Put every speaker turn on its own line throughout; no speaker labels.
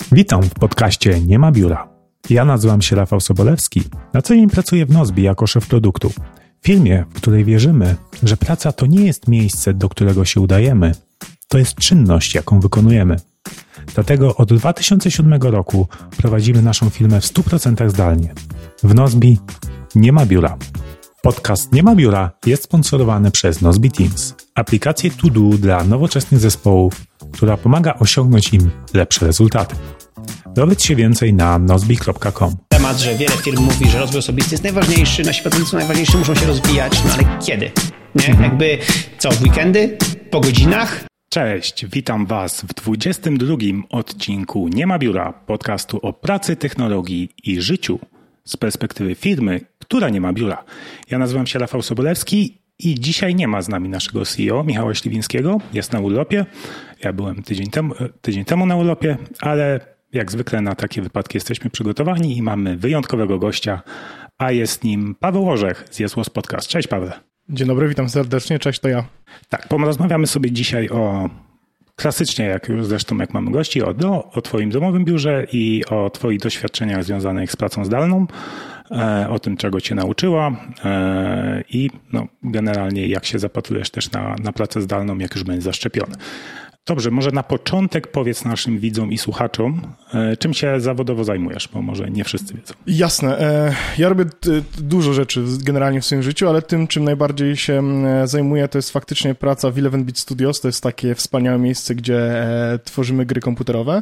Witam w podcaście Nie ma biura. Ja nazywam się Rafał Sobolewski. Na co dzień pracuję w Nozbi jako szef produktu. Firmie, w której wierzymy, że praca to nie jest miejsce, do którego się udajemy. To jest czynność, jaką wykonujemy. Dlatego od 2007 roku prowadzimy naszą firmę w 100% zdalnie. W Nozbi nie ma biura. Podcast Nie ma biura jest sponsorowany przez Nozbi Teams, aplikację to-do dla nowoczesnych zespołów, która pomaga osiągnąć im lepsze rezultaty. Dowiedz się więcej na nozbi.com.
Temat, że wiele firm mówi, że rozwój osobisty jest najważniejszy, nasi pracownicy najważniejsi, muszą się rozwijać, no ale kiedy? Nie? Jakby co, w weekendy? Po godzinach?
Cześć, witam Was w 22 odcinku Nie ma biura, podcastu o pracy, technologii i życiu z perspektywy firmy, która nie ma biura. Ja nazywam się Rafał Sobolewski i dzisiaj nie ma z nami naszego CEO, Michała Śliwińskiego. Jest na urlopie. Ja byłem tydzień temu na urlopie, ale jak zwykle na takie wypadki jesteśmy przygotowani i mamy wyjątkowego gościa, a jest nim Paweł Orzech z Yes Was Podcast. Cześć Paweł.
Dzień dobry, witam serdecznie, cześć, to ja.
Tak, porozmawiamy sobie dzisiaj klasycznie, jak już zresztą jak mamy gości, o Twoim domowym biurze i o Twoich doświadczeniach związanych z pracą zdalną, o tym, czego Cię nauczyła i generalnie jak się zapatrujesz też na pracę zdalną, jak już będziesz zaszczepiony. Dobrze, może na początek powiedz naszym widzom i słuchaczom, czym się zawodowo zajmujesz, bo może nie wszyscy wiedzą.
Jasne. Ja robię dużo rzeczy generalnie w swoim życiu, ale tym, czym najbardziej się zajmuję, to jest faktycznie praca w 11-bit Studios. To jest takie wspaniałe miejsce, gdzie tworzymy gry komputerowe.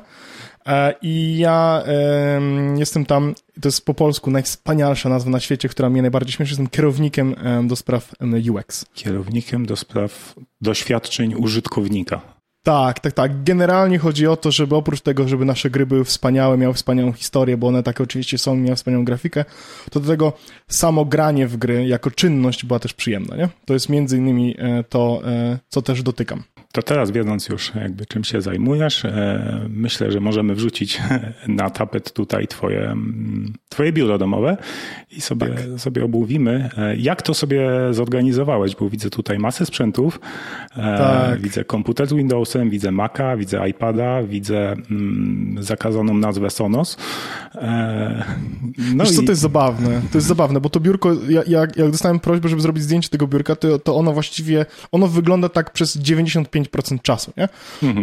I ja jestem tam, to jest po polsku najwspanialsza nazwa na świecie, która mnie najbardziej śmieszy, jestem kierownikiem do spraw UX.
Kierownikiem do spraw doświadczeń użytkownika.
Tak. Generalnie chodzi o to, żeby oprócz tego, żeby nasze gry były wspaniałe, miały wspaniałą historię, bo one takie oczywiście są, miały wspaniałą grafikę, to do tego samo granie w gry jako czynność była też przyjemna, nie? To jest między innymi to, co też dotykam.
To teraz, wiedząc już jakby czym się zajmujesz, myślę, że możemy wrzucić na tapet tutaj twoje biuro domowe i sobie omówimy, jak to sobie zorganizowałeś, bo widzę tutaj masę sprzętów, widzę komputer z Windowsem, widzę Maca, widzę iPada, widzę zakazaną nazwę Sonos.
Wiesz co, to jest zabawne. To jest zabawne, bo to biurko, jak dostałem prośbę, żeby zrobić zdjęcie tego biurka, to ono właściwie, wygląda tak przez 95% czasu, nie?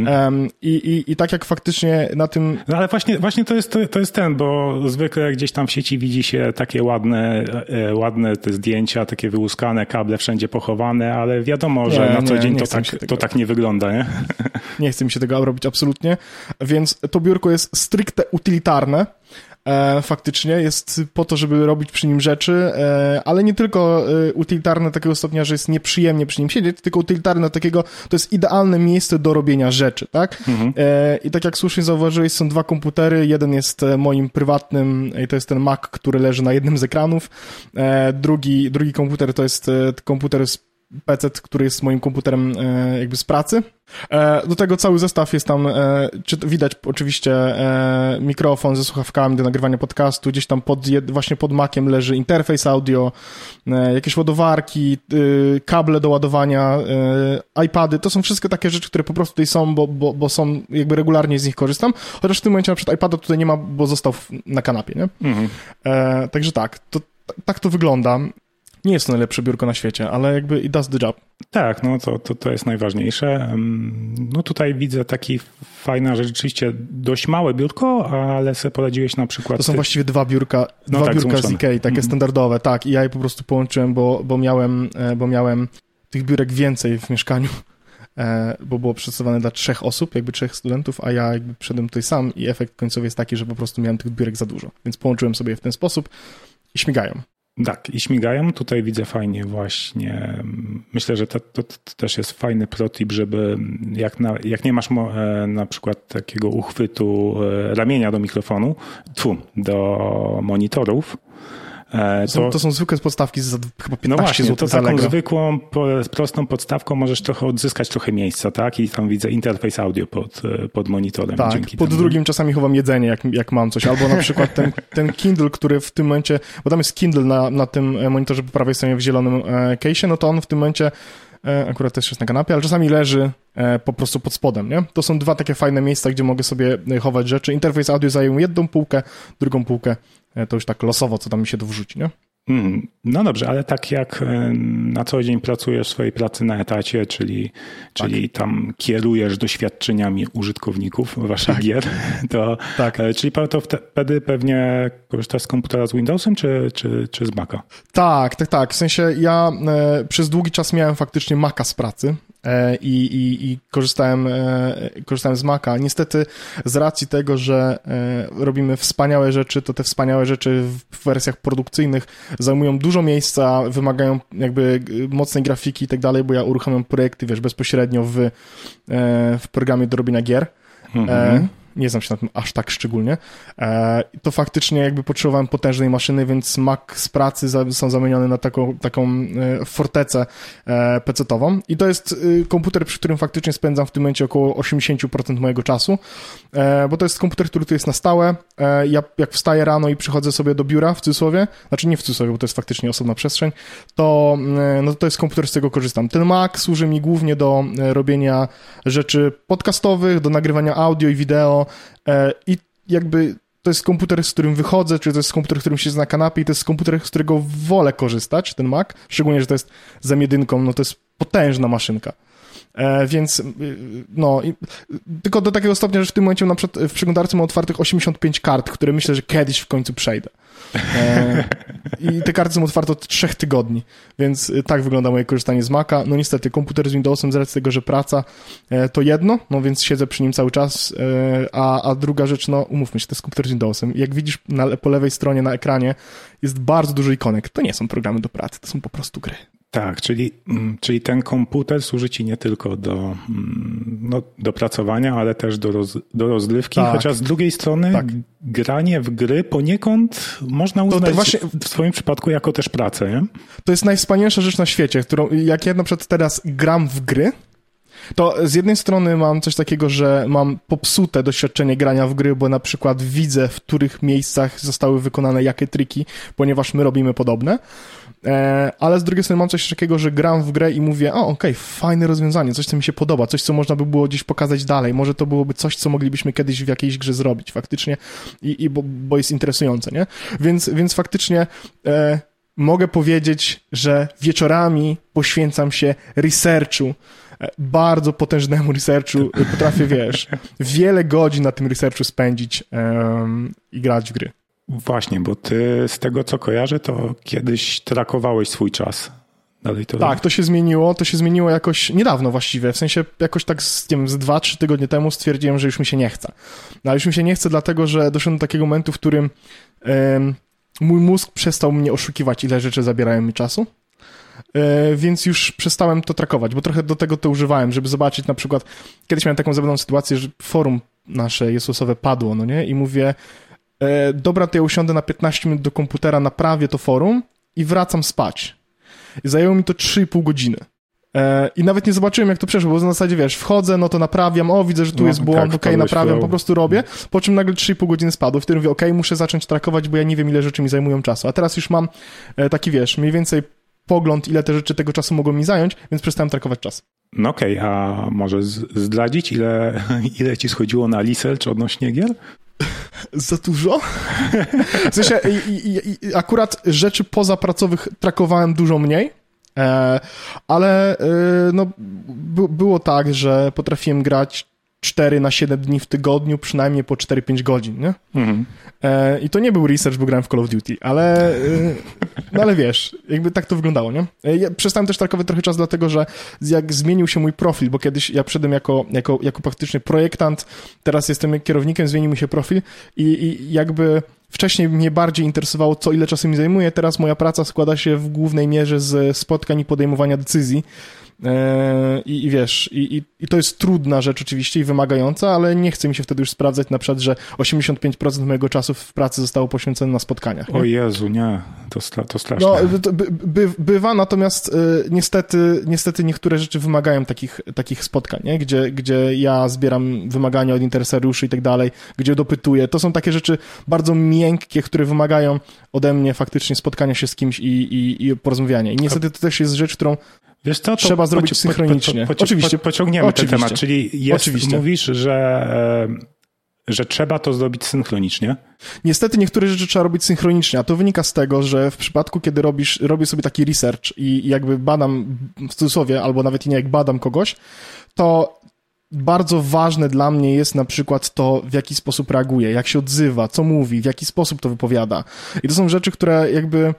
I tak jak faktycznie na tym...
No ale właśnie to jest bo zwykle gdzieś tam w sieci widzi się takie ładne te zdjęcia, takie wyłuskane, kable wszędzie pochowane, ale wiadomo, że na co dzień to tak nie wygląda, nie?
Nie chce mi się tego robić absolutnie, więc to biurko jest stricte utylitarne. Faktycznie jest po to, żeby robić przy nim rzeczy, ale nie tylko utylitarne do takiego stopnia, że jest nieprzyjemnie przy nim siedzieć, tylko utylitarne takiego, to jest idealne miejsce do robienia rzeczy, tak? I tak jak słusznie zauważyłeś, są dwa komputery, jeden jest moim prywatnym i to jest ten Mac, który leży na jednym z ekranów, drugi komputer to jest komputer z PC, który jest moim komputerem jakby z pracy. Do tego cały zestaw jest tam, widać oczywiście mikrofon ze słuchawkami do nagrywania podcastu, gdzieś tam właśnie pod Maciem leży interfejs audio, jakieś ładowarki, kable do ładowania, iPady, to są wszystkie takie rzeczy, które po prostu tutaj są, bo są, jakby regularnie z nich korzystam, chociaż w tym momencie na przykład iPada tutaj nie ma, bo został na kanapie, nie? Także tak to wygląda. Nie jest to najlepsze biurko na świecie, ale jakby it does the job.
Tak, to jest najważniejsze. No tutaj widzę taki fajna, że rzeczywiście dość małe biurko, ale sobie poradziłeś na przykład...
To są właściwie dwa biurka z Ikei, takie standardowe, tak. I ja je po prostu połączyłem, bo miałem tych biurek więcej w mieszkaniu, bo było przystosowane dla 3 osób, jakby 3 studentów, a ja jakby przyszedłem tutaj sam i efekt końcowy jest taki, że po prostu miałem tych biurek za dużo. Więc połączyłem sobie je w ten sposób i śmigają.
Tak, i śmigają. Tutaj widzę fajnie właśnie. Myślę, że to też jest fajny protip, żeby jak nie masz na przykład takiego uchwytu ramienia do mikrofonu, do monitorów,
To są zwykłe podstawki za chyba 15
No właśnie,
zł.
to taką zwykłą, prostą podstawką możesz odzyskać trochę miejsca, tak? I tam widzę interfejs audio pod monitorem.
Tak,
dzięki
pod
temu.
drugim czasami chowam jedzenie, jak mam coś. Albo na przykład ten Kindle, który w tym momencie, bo tam jest Kindle na tym monitorze po prawej stronie w zielonym case'ie, no to on w tym momencie akurat też jest na kanapie, ale czasami leży po prostu pod spodem, nie? To są dwa takie fajne miejsca, gdzie mogę sobie chować rzeczy. Interfejs audio zajął jedną półkę, drugą półkę to już tak losowo, co tam mi się tu wrzuci, nie?
No dobrze, ale tak jak na co dzień pracujesz w swojej pracy na etacie, czyli tam kierujesz doświadczeniami użytkowników waszych gier, to czyli to wtedy pewnie korzystasz z komputera z Windowsem czy z Maca?
Tak. W sensie ja przez długi czas miałem faktycznie Maca z pracy. I korzystałem z Maca. Niestety z racji tego, że robimy wspaniałe rzeczy, to te wspaniałe rzeczy w wersjach produkcyjnych zajmują dużo miejsca, wymagają jakby mocnej grafiki i tak dalej, bo ja uruchamiam projekty, bezpośrednio w programie do robienia gier. Nie znam się na tym aż tak szczególnie. To faktycznie jakby potrzebowałem potężnej maszyny, więc Mac z pracy są zamienione na taką fortecę PC-tową. I to jest komputer, przy którym faktycznie spędzam w tym momencie około 80% mojego czasu, bo to jest komputer, który tu jest na stałe. Ja jak wstaję rano i przychodzę sobie do biura, w cudzysłowie, znaczy nie w cudzysłowie, bo to jest faktycznie osobna przestrzeń, to jest komputer, z którego korzystam. Ten Mac służy mi głównie do robienia rzeczy podcastowych, do nagrywania audio i wideo, i jakby to jest komputer, z którym wychodzę, czy to jest komputer, z którym siedzę na kanapie i to jest komputer, z którego wolę korzystać, ten Mac, szczególnie, że to jest z M1, to jest potężna maszynka. Więc tylko do takiego stopnia, że w tym momencie na przykład w przeglądarce mam otwartych 85 kart, które myślę, że kiedyś w końcu przejdę. I te karty są otwarte od 3 tygodni, więc tak wygląda moje korzystanie z Maca. No niestety komputer z Windowsem z racji tego, że praca to jedno, więc siedzę przy nim cały czas, a druga rzecz, umówmy się, to jest komputer z Windowsem. Jak widzisz po lewej stronie na ekranie jest bardzo dużo ikonek. To nie są programy do pracy, to są po prostu gry.
Tak, czyli ten komputer służy ci nie tylko do pracowania, ale też do rozrywki, chociaż z drugiej strony granie w gry poniekąd można uznać w swoim przypadku jako też pracę, nie?
To jest najwspanialsza rzecz na świecie, jak ja na przykład teraz gram w gry, to z jednej strony mam coś takiego, że mam popsute doświadczenie grania w gry, bo na przykład widzę, w których miejscach zostały wykonane jakie triki, ponieważ my robimy podobne, ale z drugiej strony mam coś takiego, że gram w grę i mówię, fajne rozwiązanie, coś, co mi się podoba, coś, co można by było gdzieś pokazać dalej, może to byłoby coś, co moglibyśmy kiedyś w jakiejś grze zrobić faktycznie, bo jest interesujące, nie? Więc faktycznie mogę powiedzieć, że wieczorami poświęcam się researchu, bardzo potężnemu researchu, potrafię, wiele godzin na tym researchu spędzić i grać w gry.
Właśnie, bo ty z tego, co kojarzę, to kiedyś trackowałeś swój czas. Dalej to
tak, to się zmieniło jakoś niedawno właściwie, w sensie jakoś tak z 2-3 tygodnie temu stwierdziłem, że już mi się nie chce. Ale już mi się nie chce dlatego, że doszedłem do takiego momentu, w którym mój mózg przestał mnie oszukiwać, ile rzeczy zabierają mi czasu. Więc już przestałem to trackować, bo trochę do tego to używałem, żeby zobaczyć na przykład, kiedyś miałem taką zabawną sytuację, że forum nasze Jezusowe padło, i mówię, dobra, to ja usiądę na 15 minut do komputera, naprawię to forum i wracam spać. I zajęło mi to 3,5 godziny. I nawet nie zobaczyłem, jak to przeszło, bo w zasadzie, wchodzę, to naprawiam, widzę, że tu jest błąd, naprawiam, po prostu robię, po czym nagle 3,5 godziny spadło. Wtedy mówię, muszę zacząć trackować, bo ja nie wiem, ile rzeczy mi zajmują czasu. A teraz już mam taki, mniej więcej pogląd, ile te rzeczy tego czasu mogą mi zająć, więc przestałem trackować czas.
No okej, a może zdradzić, ile ci schodziło na research odnośnie gier?
Za dużo? W sensie, akurat rzeczy pozapracowych trackowałem dużo mniej, ale było tak, że potrafiłem grać 4 na 7 dni w tygodniu, przynajmniej po 4-5 godzin, nie? Mhm. I to nie był research, bo grałem w Call of Duty, ale jakby tak to wyglądało, nie? Ja przestałem też trackować trochę czas, dlatego że jak zmienił się mój profil, bo kiedyś ja przyszedłem jako praktycznie projektant, teraz jestem kierownikiem, zmienił mi się profil i jakby wcześniej mnie bardziej interesowało, ile czasu mi zajmuje, teraz moja praca składa się w głównej mierze z spotkań i podejmowania decyzji. I to jest trudna rzecz oczywiście i wymagająca, ale nie chce mi się wtedy już sprawdzać na przykład, że 85% mojego czasu w pracy zostało poświęcone na spotkaniach. Nie?
O Jezu, nie, to straszne.
Bywa, natomiast niestety niektóre rzeczy wymagają takich spotkań, nie? Gdzie ja zbieram wymagania od interesariuszy i tak dalej, gdzie dopytuję. To są takie rzeczy bardzo miękkie, które wymagają ode mnie faktycznie spotkania się z kimś i porozmawiania. I niestety to też jest rzecz, którą
Wiesz co,
trzeba zrobić synchronicznie.
Oczywiście. Pociągniemy ten temat, czyli mówisz, że trzeba to zrobić synchronicznie.
Niestety niektóre rzeczy trzeba robić synchronicznie, a to wynika z tego, że w przypadku, kiedy robię sobie taki research i jakby badam, w cudzysłowie, albo nawet i nie jak badam kogoś, to bardzo ważne dla mnie jest na przykład to, w jaki sposób reaguje, jak się odzywa, co mówi, w jaki sposób to wypowiada. I to są rzeczy, które jakby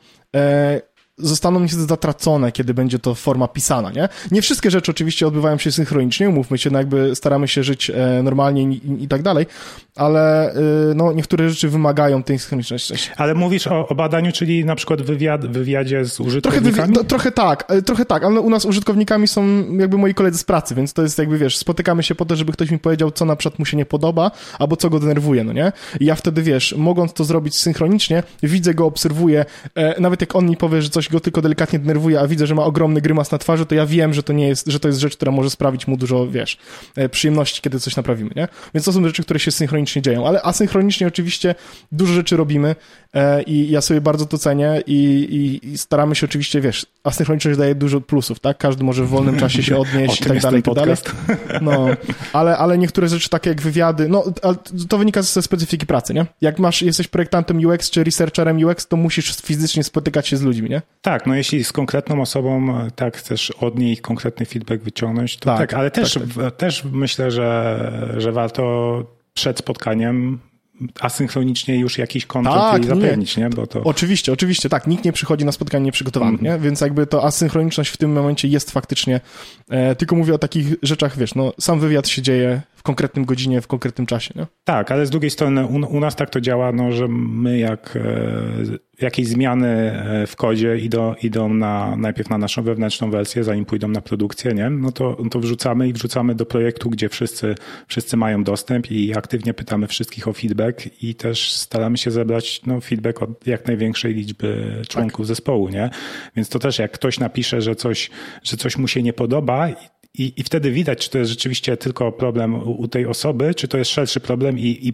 zostaną niestety zatracone, kiedy będzie to forma pisana, nie? Nie wszystkie rzeczy oczywiście odbywają się synchronicznie, umówmy się, no jakby staramy się żyć normalnie i tak dalej, ale no niektóre rzeczy wymagają tej synchroniczności.
Ale mówisz o badaniu, czyli na przykład wywiadzie z użytkownikami?
Trochę tak, ale u nas użytkownikami są jakby moi koledzy z pracy, więc to jest jakby, wiesz, spotykamy się po to, żeby ktoś mi powiedział, co na przykład mu się nie podoba, albo co go denerwuje, no nie? I ja wtedy, wiesz, mogąc to zrobić synchronicznie, widzę go, obserwuję, nawet jak on mi powie, że coś go tylko delikatnie denerwuje, a widzę, że ma ogromny grymas na twarzy, to ja wiem, że to jest rzecz, która może sprawić mu dużo, wiesz, przyjemności, kiedy coś naprawimy, nie? Więc to są rzeczy, które się synchronicznie dzieją, ale asynchronicznie oczywiście dużo rzeczy robimy i ja sobie bardzo to cenię i staramy się oczywiście, wiesz, asynchroniczność daje dużo plusów, tak? Każdy może w wolnym czasie się odnieść i tak dalej, i tak dalej. No, ale niektóre rzeczy takie jak wywiady, no, to wynika ze specyfiki pracy, nie? Jak jesteś projektantem UX czy researcherem UX, to musisz fizycznie spotykać się z ludźmi, nie?
Tak, no jeśli z konkretną osobą tak chcesz od niej konkretny feedback wyciągnąć, to tak, ale też myślę, że warto przed spotkaniem asynchronicznie już jakiś content zapewnić, nie? Bo to...
Oczywiście, tak. Nikt nie przychodzi na spotkanie nieprzygotowany, nie? Więc jakby to asynchroniczność w tym momencie jest faktycznie, tylko mówię o takich rzeczach, wiesz, no sam wywiad się dzieje w konkretnym godzinie, w konkretnym czasie, nie?
Tak, ale z drugiej strony u nas tak to działa, no, że my jak jakieś zmiany w kodzie idą najpierw na naszą wewnętrzną wersję, zanim pójdą na produkcję, nie? No to wrzucamy do projektu, gdzie wszyscy mają dostęp i aktywnie pytamy wszystkich o feedback i też staramy się zebrać feedback od jak największej liczby członków zespołu, nie? Więc to też jak ktoś napisze, że coś mu się nie podoba i wtedy widać, czy to jest rzeczywiście tylko problem u tej osoby, czy to jest szerszy problem i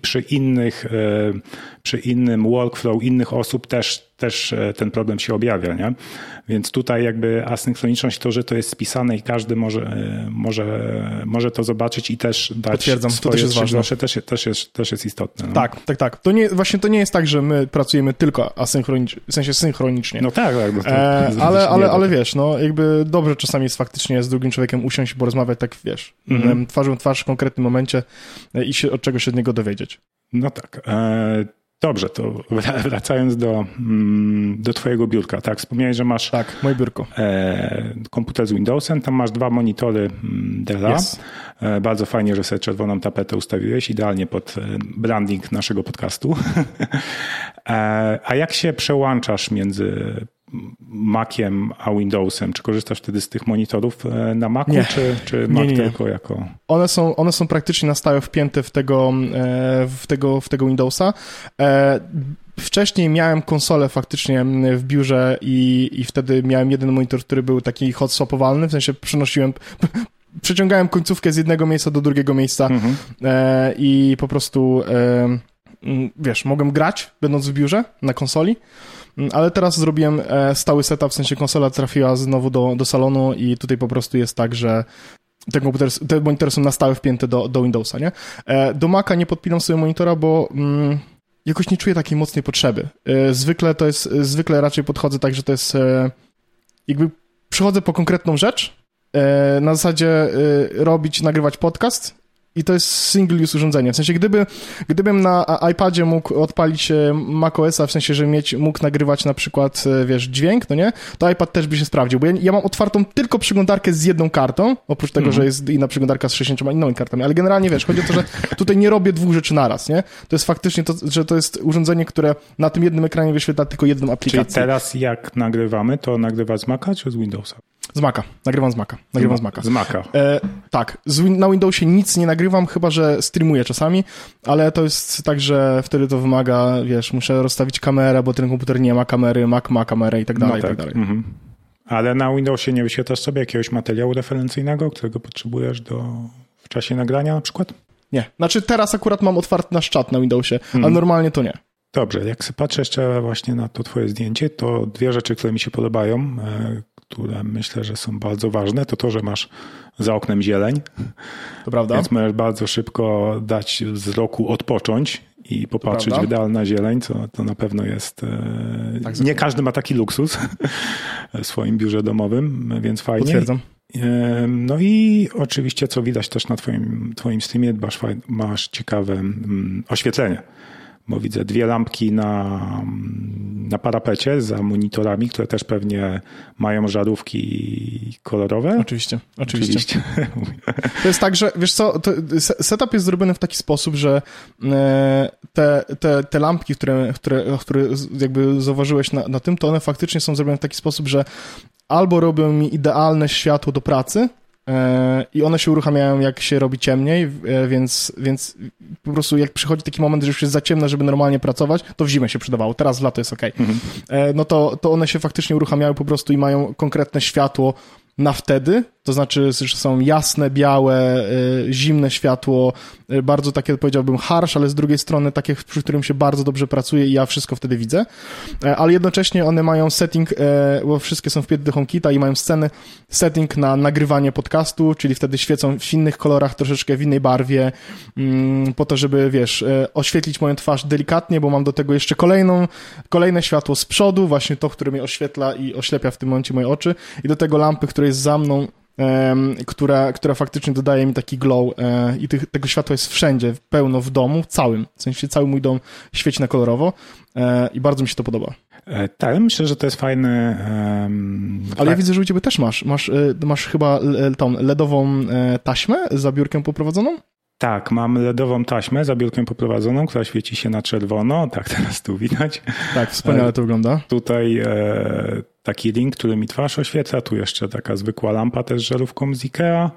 przy innym workflow innych osób też ten problem się objawia, nie? Więc tutaj jakby asynchroniczność, to, że to jest spisane i każdy może to zobaczyć i też dać
Potwierdzam,
swoje
to też jest ważne.
Też jest istotne. No.
Tak. To nie jest tak, że my pracujemy tylko asynchronicznie, w sensie synchronicznie.
No tak.
Ale wiesz, no jakby dobrze czasami jest faktycznie z drugim człowiekiem usiąść i porozmawiać tak, wiesz, twarzą w twarz w konkretnym momencie i się od czegoś od niego dowiedzieć.
No tak. Dobrze, to wracając do twojego biurka, tak? Wspomniałeś, że masz...
Tak, moje biurko.
Komputer z Windowsem, tam masz 2 monitory Della.
Yes.
Bardzo fajnie, że sobie czerwoną tapetę ustawiłeś, idealnie pod branding naszego podcastu. A jak się przełączasz między Maciem a Windowsem? Czy korzystasz wtedy z tych monitorów na Macu, czy Mac tylko jako...
One są praktycznie na stałe wpięte w tego Windowsa. Wcześniej miałem konsolę faktycznie w biurze i wtedy miałem jeden monitor, który był taki hot swapowalny, w sensie przeciągałem końcówkę z jednego miejsca do drugiego miejsca i po prostu wiesz, mogłem grać będąc w biurze na konsoli. Ale teraz zrobiłem stały setup, w sensie konsola trafiła znowu do salonu i tutaj po prostu jest tak, że te monitory są na stałe wpięte do Windowsa, nie? Do Maca nie podpinam sobie monitora, bo jakoś nie czuję takiej mocnej potrzeby. Zwykle raczej podchodzę tak, że to jest jakby przychodzę po konkretną rzecz, na zasadzie nagrywać podcast. I to jest single-use urządzenie. W sensie, gdybym na iPadzie mógł odpalić macOS-a, w sensie, że mógł nagrywać na przykład, wiesz, dźwięk, no nie? To iPad też by się sprawdził, bo ja mam otwartą tylko przeglądarkę z jedną kartą, oprócz tego, że jest inna przeglądarka z 60 innymi kartami, ale generalnie, wiesz, chodzi o to, że tutaj nie robię 2 rzeczy naraz, nie? To jest faktycznie to, że to jest urządzenie, które na tym jednym ekranie wyświetla tylko jedną aplikację.
Czyli teraz jak nagrywamy, to nagrywasz z Maca czy z Windowsa?
Z Maca. Nagrywam z Maca.
Z Maca.
Tak. Na Windowsie nic nie nagrywam, chyba że streamuję czasami, ale to jest tak, że wtedy to wymaga, wiesz, muszę rozstawić kamerę, bo ten komputer nie ma kamery, Mac ma kamerę i tak dalej, i tak dalej. Mhm.
Ale na Windowsie nie wyświetlasz sobie jakiegoś materiału referencyjnego, którego potrzebujesz w czasie nagrania na przykład?
Nie. Znaczy teraz akurat mam otwarty nasz czat na Windowsie, a normalnie to nie.
Dobrze. Jak sobie patrzę jeszcze właśnie na to twoje zdjęcie, to 2 rzeczy, które mi się podobają, które myślę, że są bardzo ważne, to, że masz za oknem zieleń.
To prawda.
Więc możesz bardzo szybko dać wzroku odpocząć i popatrzeć w idealną zieleń, to na pewno jest... Tak, nie każdy ma taki luksus w swoim biurze domowym, więc fajnie.
Potwierdzam.
No i oczywiście, co widać też na twoim streamie, masz ciekawe oświetlenie, bo widzę 2 lampki na parapecie za monitorami, które też pewnie mają żarówki kolorowe.
Oczywiście. To jest tak, że wiesz co, setup jest zrobiony w taki sposób, że te lampki, które jakby zauważyłeś na tym, to one faktycznie są zrobione w taki sposób, że albo robią mi idealne światło do pracy i one się uruchamiają, jak się robi ciemniej, więc po prostu jak przychodzi taki moment, że już jest za ciemno, żeby normalnie pracować, to w zimę się przydawało, teraz w lato jest okej. No to one się faktycznie uruchamiają po prostu i mają konkretne światło na wtedy, to znaczy, że są jasne, białe, zimne światło, bardzo takie, powiedziałbym, harsh, ale z drugiej strony takie, przy którym się bardzo dobrze pracuje i ja wszystko wtedy widzę, ale jednocześnie one mają setting, bo wszystkie są wpięte do HomeKita i mają sceny, setting na nagrywanie podcastu, czyli wtedy świecą w innych kolorach, troszeczkę w innej barwie, po to, żeby, wiesz, oświetlić moją twarz delikatnie, bo mam do tego jeszcze kolejne światło z przodu, właśnie to, które mnie oświetla i oślepia w tym momencie moje oczy i do tego lampy, która jest za mną, która faktycznie dodaje mi taki glow i tego światła jest wszędzie, pełno w domu, całym. W sensie cały mój dom świeci na kolorowo i bardzo mi się to podoba.
Tak, myślę, że to jest fajny...
Ale ja widzę, że u ciebie też masz chyba tą LEDową taśmę za biurkiem poprowadzoną?
Tak, mam LEDową taśmę za biurkiem poprowadzoną, która świeci się na czerwono. Tak, teraz tu widać.
Tak, wspaniale to wygląda.
Tutaj taki ring, który mi twarz oświetla. Tu jeszcze taka zwykła lampa też z żarówką z Ikea.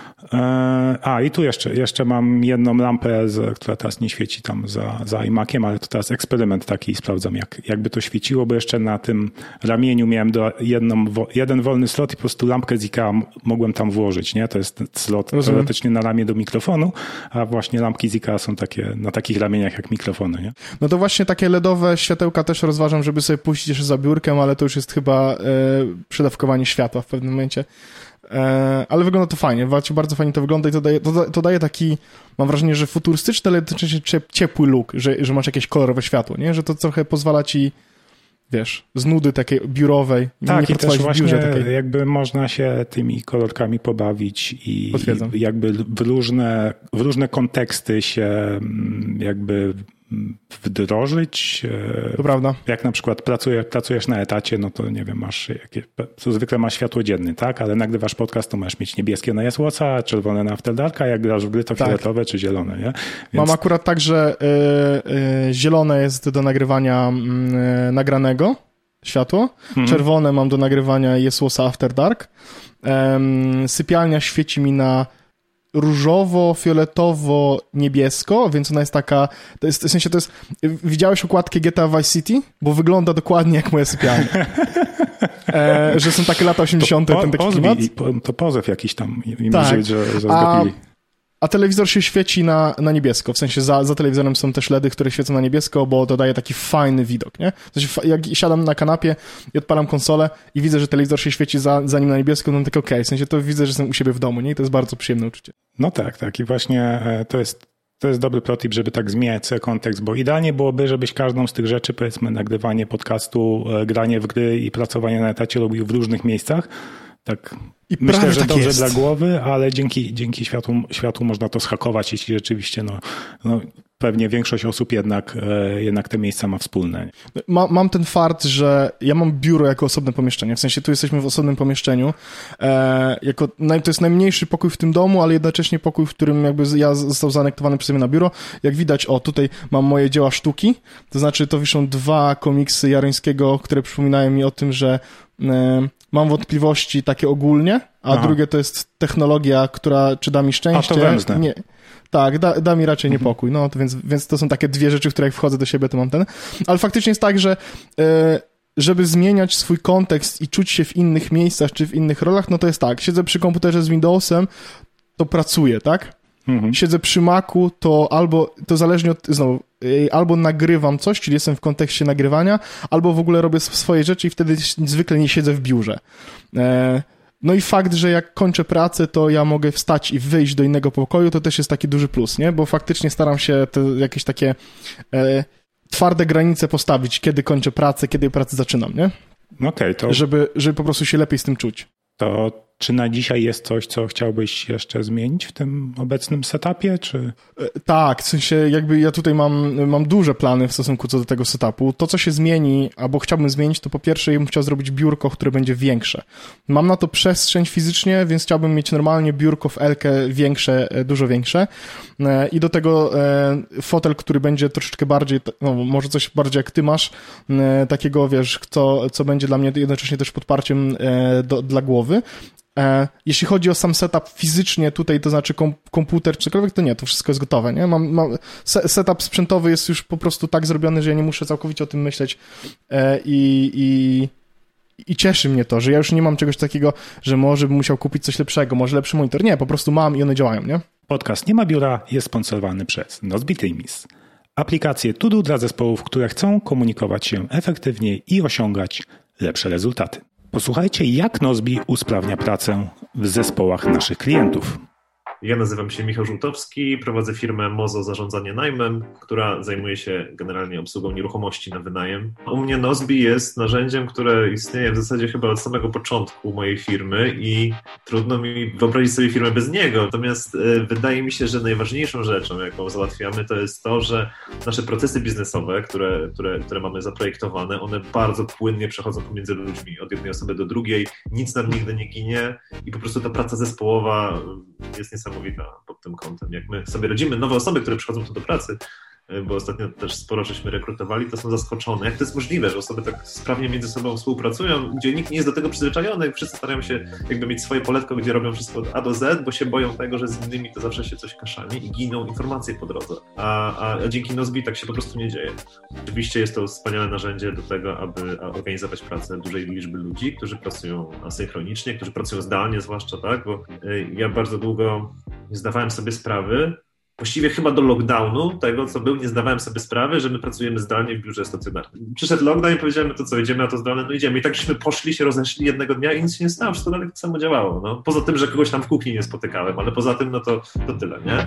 I tu jeszcze mam jedną lampę, która teraz nie świeci tam za iMaciem, ale to teraz eksperyment taki, sprawdzam jakby to świeciło, bo jeszcze na tym ramieniu miałem jeden wolny slot i po prostu lampkę z Ikea mogłem tam włożyć, nie? To jest slot teoretycznie na ramię do mikrofonu, a właśnie lampki z Ikea są takie na takich ramieniach jak mikrofony, nie?
No to właśnie takie LEDowe światełka też rozważam, żeby sobie puścić jeszcze za biurkiem, ale to już jest chyba przedawkowanie światła w pewnym momencie. Ale wygląda to fajnie, bardzo fajnie to wygląda i to daje taki, mam wrażenie, że futurystyczny, ale jednocześnie ciepły look, że masz jakieś kolorowe światło, nie? Że to trochę pozwala ci, wiesz, z nudy takiej biurowej.
Tak, i też właśnie jakby można się tymi kolorkami pobawić i jakby w różne konteksty się jakby wdrożyć.
To prawda.
Jak na przykład pracujesz na etacie, no to nie wiem, to zwykle masz światło dzienne, tak? Ale nagrywasz podcast, to masz mieć niebieskie na jasłoca, czerwone na After Darka, jak grasz w gry, to fioletowe czy zielone, nie? Więc...
Mam akurat tak, że zielone jest do nagrywania nagranego światło, czerwone mam do nagrywania jasłoca After Dark, sypialnia świeci mi na różowo, fioletowo, niebiesko, więc ona jest taka, w sensie to jest, widziałeś okładkę GTA Vice City? Bo wygląda dokładnie jak moja sypialnia. Że są takie lata 80. ten taki klimat.
To pozew jakiś tam im może być, że zgapili.
A telewizor się świeci na niebiesko, w sensie za telewizorem są też LEDy, które świecą na niebiesko, bo to daje taki fajny widok, nie? W sensie, jak siadam na kanapie i odpalam konsolę i widzę, że telewizor się świeci za nim na niebiesko, no tak okej, w sensie to widzę, że jestem u siebie w domu, nie? I to jest bardzo przyjemne uczucie.
No tak i właśnie to jest dobry protip, żeby tak zmieniać sobie kontekst, bo idealnie byłoby, żebyś każdą z tych rzeczy, powiedzmy nagrywanie podcastu, granie w gry i pracowanie na etacie robił w różnych miejscach. Tak. I myślę, że tak dobrze jest dla głowy, ale dzięki światłu można to zhakować, jeśli rzeczywiście no pewnie większość osób jednak te miejsca ma wspólne.
Mam ten fart, że ja mam biuro jako osobne pomieszczenie, w sensie tu jesteśmy w osobnym pomieszczeniu, to jest najmniejszy pokój w tym domu, ale jednocześnie pokój, w którym jakby ja został zanektowany przez mnie na biuro. Jak widać, tutaj mam moje dzieła sztuki, to znaczy to wiszą 2 komiksy Jarońskiego, które przypominają mi o tym, że mam wątpliwości takie ogólnie, a drugie to jest technologia, czy da mi szczęście.
A to węzne.
Nie. Tak, da mi raczej niepokój. No, to więc to są takie 2 rzeczy, w które jak wchodzę do siebie, to mam ten. Ale faktycznie jest tak, że żeby zmieniać swój kontekst i czuć się w innych miejscach czy w innych rolach, no to jest tak, siedzę przy komputerze z Windowsem, to pracuję, tak? Siedzę przy Macu, to albo, to zależnie od, znowu, albo nagrywam coś, czyli jestem w kontekście nagrywania, albo w ogóle robię swoje rzeczy i wtedy zwykle nie siedzę w biurze. No i fakt, że jak kończę pracę, to ja mogę wstać i wyjść do innego pokoju, to też jest taki duży plus, nie? Bo faktycznie staram się te jakieś takie twarde granice postawić, kiedy kończę pracę, kiedy pracę zaczynam, nie?
Okej, to...
Żeby po prostu się lepiej z tym czuć.
To czy na dzisiaj jest coś, co chciałbyś jeszcze zmienić w tym obecnym setupie, czy...
Tak, w sensie jakby ja tutaj mam duże plany w stosunku co do tego setupu. To, co się zmieni, albo chciałbym zmienić, to po pierwsze ja bym chciał zrobić biurko, które będzie większe. Mam na to przestrzeń fizycznie, więc chciałbym mieć normalnie biurko w L-kę większe, dużo większe i do tego fotel, który będzie troszeczkę bardziej, no może coś bardziej jak ty masz, takiego wiesz, co będzie dla mnie jednocześnie też podparciem dla głowy. Jeśli chodzi o sam setup fizycznie tutaj, to znaczy komputer czy cokolwiek, to nie, to wszystko jest gotowe, nie? Setup sprzętowy jest już po prostu tak zrobiony, że ja nie muszę całkowicie o tym myśleć i cieszy mnie to, że ja już nie mam czegoś takiego, że może bym musiał kupić coś lepszego, może lepszy monitor. Nie, po prostu mam i one działają, nie?
Podcast Nie ma biura jest sponsorowany przez Nozbe Teams. Aplikację to-do dla zespołów, które chcą komunikować się efektywniej i osiągać lepsze rezultaty. Posłuchajcie, jak Nozbe usprawnia pracę w zespołach naszych klientów.
Ja nazywam się Michał Żółtowski, prowadzę firmę Mozo Zarządzanie Najmem, która zajmuje się generalnie obsługą nieruchomości na wynajem. U mnie Nozbe jest narzędziem, które istnieje w zasadzie chyba od samego początku mojej firmy i trudno mi wyobrazić sobie firmę bez niego. Natomiast wydaje mi się, że najważniejszą rzeczą, jaką załatwiamy, to jest to, że nasze procesy biznesowe, które mamy zaprojektowane, one bardzo płynnie przechodzą pomiędzy ludźmi, od jednej osoby do drugiej, nic nam nigdy nie ginie i po prostu ta praca zespołowa jest niesamowita pod tym kątem. Jak my sobie rodzimy nowe osoby, które przychodzą tu do pracy, bo ostatnio też sporo żeśmy rekrutowali, to są zaskoczone. Jak to jest możliwe, że osoby tak sprawnie między sobą współpracują, gdzie nikt nie jest do tego przyzwyczajony, wszyscy starają się jakby mieć swoje poletko, gdzie robią wszystko od A do Z, bo się boją tego, że z innymi to zawsze się coś kaszani i giną informacje po drodze. A dzięki Nozbe tak się po prostu nie dzieje. Oczywiście jest to wspaniałe narzędzie do tego, aby organizować pracę dużej liczby ludzi, którzy pracują asynchronicznie, którzy pracują zdalnie zwłaszcza, tak? Bo ja bardzo długo nie zdawałem sobie sprawy, właściwie chyba do lockdownu tego, co był, nie zdawałem sobie sprawy, że my pracujemy zdalnie w biurze stacjonarnym. Przyszedł lockdown i powiedziałem, no to co, idziemy na to zdalne? No idziemy. I tak żeśmy poszli, się rozeszli jednego dnia i nic się nie stało, wszystko dalej tak samo działało. No. Poza tym, że kogoś tam w kuchni nie spotykałem, ale poza tym, no to tyle, nie?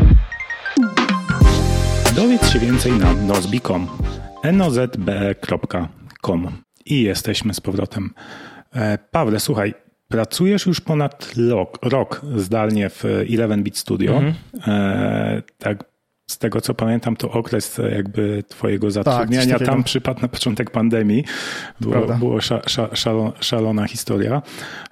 Dowiedz się więcej na nozbe.com, nozbe.com i jesteśmy z powrotem. Pawle, słuchaj, pracujesz już ponad rok zdalnie w 11-bit Studio. Tak, z tego co pamiętam, to okres jakby twojego zatrudnienia tam przypadł na początek pandemii. Było szalona historia,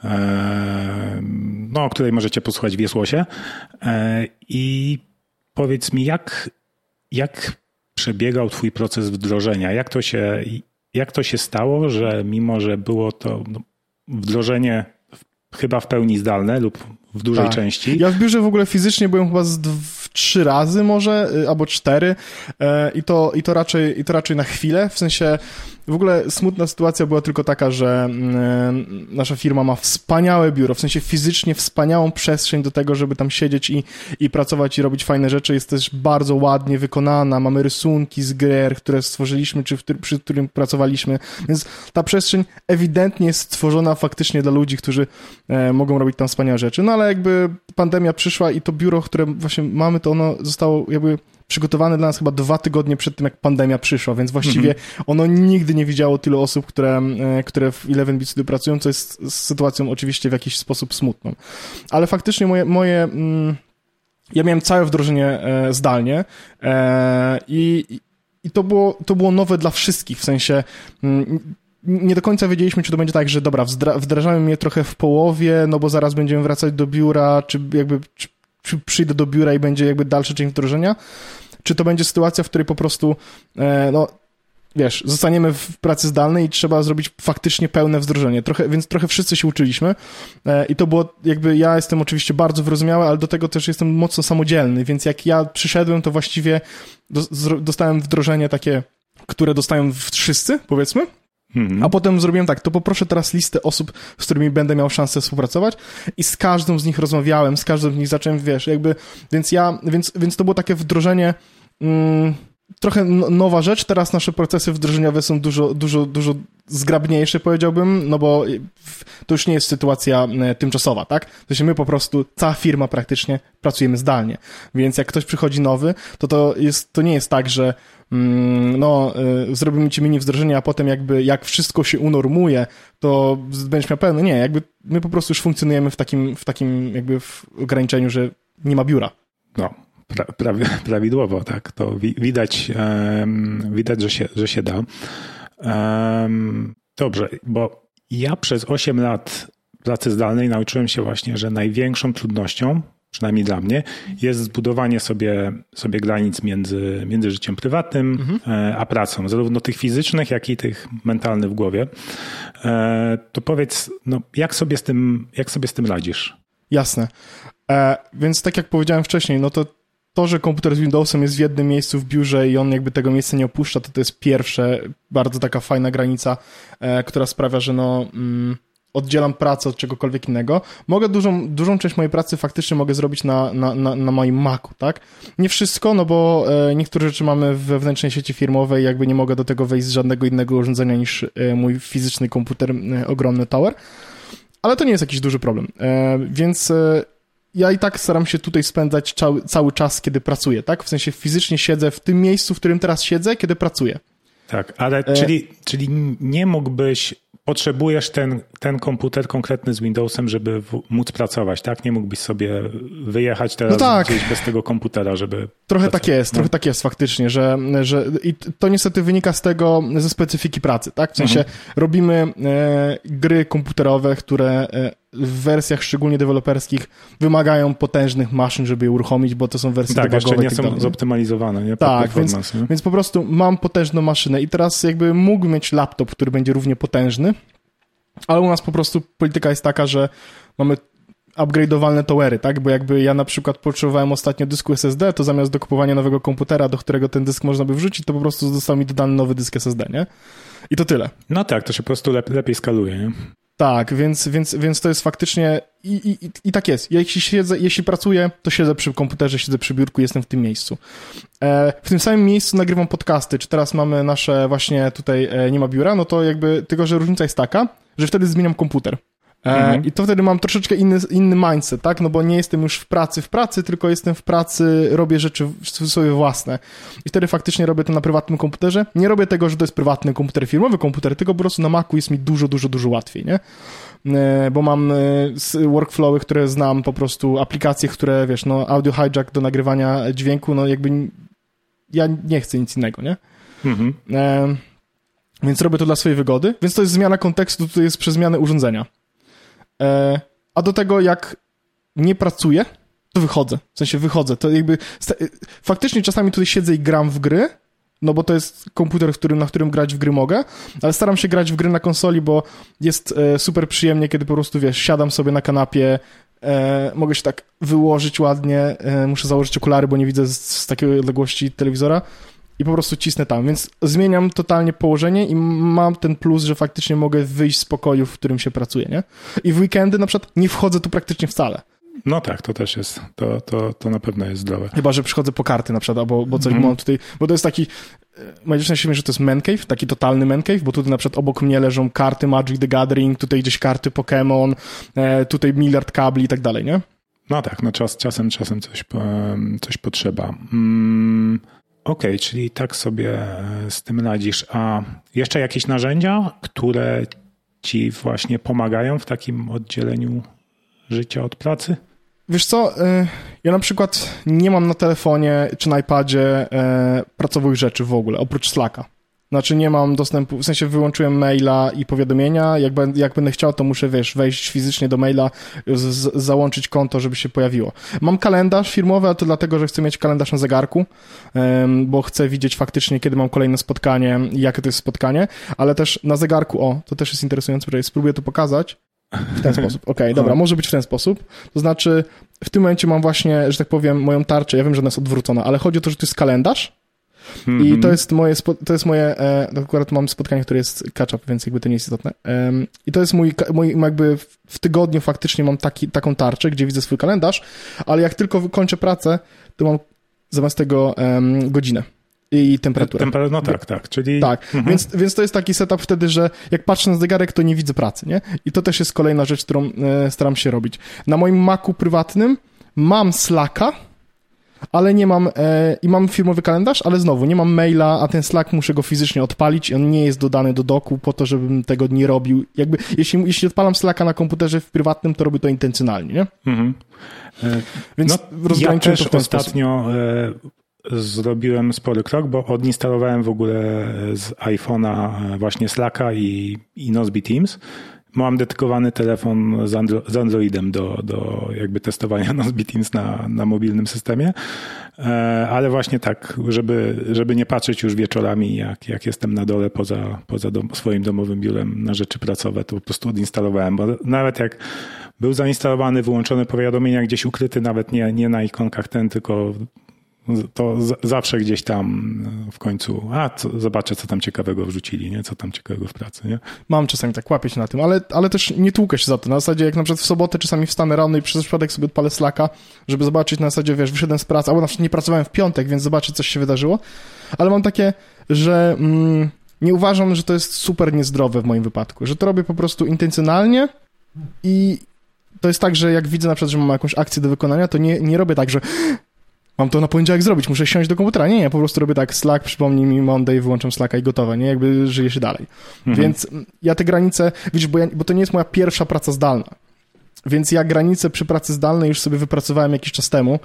no, o której możecie posłuchać w Wiesłosie. I powiedz mi, jak przebiegał twój proces wdrożenia? Jak to się stało, że mimo, że było to wdrożenie chyba w pełni zdalne lub w dużej części.
Ja w biurze w ogóle fizycznie byłem chyba 3 razy może, albo 4 i to raczej na chwilę, w sensie w ogóle smutna sytuacja była tylko taka, że nasza firma ma wspaniałe biuro, w sensie fizycznie wspaniałą przestrzeń do tego, żeby tam siedzieć i pracować i robić fajne rzeczy, jest też bardzo ładnie wykonana, mamy rysunki z gier, które stworzyliśmy, czy przy którym pracowaliśmy, więc ta przestrzeń ewidentnie jest stworzona faktycznie dla ludzi, którzy mogą robić tam wspaniałe rzeczy, no ale jakby pandemia przyszła i to biuro, które właśnie mamy, to ono zostało jakby przygotowane dla nas chyba 2 tygodnie przed tym, jak pandemia przyszła, więc właściwie ono nigdy nie widziało tylu osób, które w 11-bit Studio pracują, co jest sytuacją oczywiście w jakiś sposób smutną. Ale faktycznie ja miałem całe wdrożenie zdalnie i to było nowe dla wszystkich, w sensie nie do końca wiedzieliśmy, czy to będzie tak, że dobra, wdrażamy mnie trochę w połowie, no bo zaraz będziemy wracać do biura, czy przyjdę do biura i będzie jakby dalszy część wdrożenia, czy to będzie sytuacja, w której po prostu, no wiesz, zostaniemy w pracy zdalnej i trzeba zrobić faktycznie pełne wdrożenie. Więc trochę wszyscy się uczyliśmy i to było jakby, ja jestem oczywiście bardzo wyrozumiały, ale do tego też jestem mocno samodzielny, więc jak ja przyszedłem, to właściwie dostałem wdrożenie takie, które dostają wszyscy, powiedzmy. A potem zrobiłem tak, to poproszę teraz listę osób, z którymi będę miał szansę współpracować i z każdą z nich rozmawiałem, z każdym z nich zacząłem, wiesz, jakby, więc to było takie wdrożenie trochę nowa rzecz. Teraz nasze procesy wdrożeniowe są dużo zgrabniejsze, powiedziałbym, no bo to już nie jest sytuacja tymczasowa, tak? W sensie my po prostu, cała firma praktycznie pracujemy zdalnie, więc jak ktoś przychodzi nowy, to nie jest tak, że zrobimy ci mini wdrożenie, a potem jak wszystko się unormuje, to będziesz miał pełno. Nie, jakby my po prostu już funkcjonujemy w takim jakby w ograniczeniu, że nie ma biura.
No. Prawidłowo, tak. To widać, że się da. Dobrze, bo ja przez 8 lat pracy zdalnej nauczyłem się właśnie, że największą trudnością, przynajmniej dla mnie, jest zbudowanie sobie granic między życiem prywatnym a pracą, zarówno tych fizycznych, jak i tych mentalnych w głowie. To powiedz, jak sobie z tym radzisz?
Jasne. Więc tak jak powiedziałem wcześniej, to, że komputer z Windowsem jest w jednym miejscu w biurze i on jakby tego miejsca nie opuszcza, to jest pierwsze, bardzo taka fajna granica, która sprawia, że oddzielam pracę od czegokolwiek innego. Mogę dużą część mojej pracy faktycznie mogę zrobić na moim Macu, tak? Nie wszystko, bo niektóre rzeczy mamy w wewnętrznej sieci firmowej, jakby nie mogę do tego wejść z żadnego innego urządzenia niż mój fizyczny komputer, ogromny tower, ale to nie jest jakiś duży problem, więc ja i tak staram się tutaj spędzać cały czas, kiedy pracuję, tak? W sensie fizycznie siedzę w tym miejscu, w którym teraz siedzę, kiedy pracuję.
Tak, ale czyli nie mógłbyś, potrzebujesz ten komputer konkretny z Windowsem, żeby móc pracować, tak? Nie mógłbyś sobie wyjechać teraz gdzieś bez tego komputera, żeby...
Trochę tak jest faktycznie, że i to niestety wynika ze specyfiki pracy, tak? W sensie robimy gry komputerowe, które w wersjach szczególnie deweloperskich wymagają potężnych maszyn, żeby je uruchomić, bo to są wersje debugowe.
Tak, jeszcze nie są zoptymalizowane. Nie?
Tak, więc po prostu mam potężną maszynę i teraz jakby mógłbym mieć laptop, który będzie równie potężny, ale u nas po prostu polityka jest taka, że mamy upgrade'owalne towery, tak? Bo jakby ja na przykład potrzebowałem ostatnio dysku SSD, to zamiast do kupowania nowego komputera, do którego ten dysk można by wrzucić, to po prostu został mi dodany nowy dysk SSD, nie? I to tyle.
No tak, to się po prostu lepiej skaluje, nie?
Tak, więc to jest faktycznie i tak jest. Ja jeśli pracuję, to siedzę przy komputerze, siedzę przy biurku, jestem w tym miejscu. W tym samym miejscu nagrywam podcasty, czy teraz mamy nasze właśnie tutaj nie ma biura, no to jakby tylko, że różnica jest taka, że wtedy zmieniam komputer. I to wtedy mam troszeczkę inny mindset, tak? No bo nie jestem już w pracy, tylko jestem w pracy, robię rzeczy sobie własne. I wtedy faktycznie robię to na prywatnym komputerze. Nie robię tego, że to jest prywatny komputer, firmowy komputer, tylko po prostu na Macu jest mi dużo łatwiej, nie? Bo mam workflowy, które znam, po prostu aplikacje, które, wiesz, audio hijack do nagrywania dźwięku, jakby ja nie chcę nic innego, nie? Więc robię to dla swojej wygody, więc to jest zmiana kontekstu, to jest przez zmianę urządzenia. A do tego, jak nie pracuję, to wychodzę. W sensie wychodzę. To jakby faktycznie czasami tutaj siedzę i gram w gry, no bo to jest komputer, na którym grać w gry mogę, ale staram się grać w gry na konsoli, bo jest super przyjemnie, kiedy po prostu, wiesz, siadam sobie na kanapie, mogę się tak wyłożyć ładnie, muszę założyć okulary, bo nie widzę z takiej odległości telewizora, i po prostu cisnę tam, więc zmieniam totalnie położenie i mam ten plus, że faktycznie mogę wyjść z pokoju, w którym się pracuje, nie? I w weekendy na przykład nie wchodzę tu praktycznie wcale.
No tak, to też jest, to na pewno jest zdrowe.
Chyba, że przychodzę po karty na przykład, bo coś mam tutaj, bo to jest taki, moja dziewczyna się mówi, że to jest man cave, taki totalny man cave, bo tutaj na przykład obok mnie leżą karty Magic the Gathering, tutaj gdzieś karty Pokémon, tutaj miliard kabli i tak dalej, nie?
No tak, czasem coś potrzeba. Okej, czyli tak sobie z tym radzisz. A jeszcze jakieś narzędzia, które ci właśnie pomagają w takim oddzieleniu życia od pracy?
Wiesz co, ja na przykład nie mam na telefonie czy na iPadzie pracowych rzeczy w ogóle, oprócz Slacka. Znaczy nie mam dostępu, w sensie wyłączyłem maila i powiadomienia, jak będę chciał, to muszę, wiesz, wejść fizycznie do maila, załączyć konto, żeby się pojawiło. Mam kalendarz firmowy, ale to dlatego, że chcę mieć kalendarz na zegarku, bo chcę widzieć faktycznie, kiedy mam kolejne spotkanie i jakie to jest spotkanie, ale też na zegarku, to też jest interesujące, że spróbuję to pokazać w ten sposób. Okej, dobra, może być w ten sposób. To znaczy, w tym momencie mam właśnie, że tak powiem, moją tarczę, ja wiem, że ona jest odwrócona, ale chodzi o to, że to jest kalendarz, i to jest moje, akurat mam spotkanie, które jest catch-up, więc jakby to nie jest istotne. I to jest mój jakby w tygodniu faktycznie mam taką tarczę, gdzie widzę swój kalendarz, ale jak tylko kończę pracę, to mam zamiast tego godzinę. i temperaturę.
No tak, czyli...
Tak, więc to jest taki setup wtedy, że jak patrzę na zegarek, to nie widzę pracy, nie? I to też jest kolejna rzecz, którą staram się robić. Na moim Macu prywatnym mam Slacka, ale nie mam, i mam firmowy kalendarz, ale znowu nie mam maila, a ten Slack muszę go fizycznie odpalić i on nie jest dodany do doku po to, żebym tego nie robił. Jakby, jeśli odpalam Slacka na komputerze w prywatnym, to robię to intencjonalnie, nie? Więc
ja też to ostatnio zrobiłem spory krok, bo odinstalowałem w ogóle z iPhone'a właśnie Slacka i Nozbe Teams. Mam dedykowany telefon z Androidem do jakby testowania Nozbe Teams na mobilnym systemie, ale właśnie tak, żeby nie patrzeć już wieczorami, jak jestem na dole poza swoim domowym biurem na rzeczy pracowe, to po prostu odinstalowałem, bo nawet jak był zainstalowany, wyłączone powiadomienia gdzieś ukryty, nawet nie na ikonkach tylko to zawsze gdzieś tam w końcu, zobaczę, co tam ciekawego wrzucili, nie? Co tam ciekawego w pracy, nie?
Mam czasami tak, łapię się na tym, ale też nie tłukę się za to. Na zasadzie, jak na przykład w sobotę czasami wstanę rano i przez przypadek sobie odpalę Slacka, żeby zobaczyć na zasadzie, wiesz, wyszedłem z pracy, albo na przykład nie pracowałem w piątek, więc zobaczyć, coś się wydarzyło. Ale mam takie, że nie uważam, że to jest super niezdrowe w moim wypadku, że to robię po prostu intencjonalnie i to jest tak, że jak widzę na przykład, że mam jakąś akcję do wykonania, to nie robię tak, że mam to na poniedziałek zrobić, muszę siąść do komputera. Nie, po prostu robię tak, Slack, przypomnij mi Monday, wyłączam Slacka i gotowe, nie? Jakby żyje się dalej. Więc ja te granice, widzisz, bo to nie jest moja pierwsza praca zdalna. Więc ja granice przy pracy zdalnej już sobie wypracowałem jakiś czas temu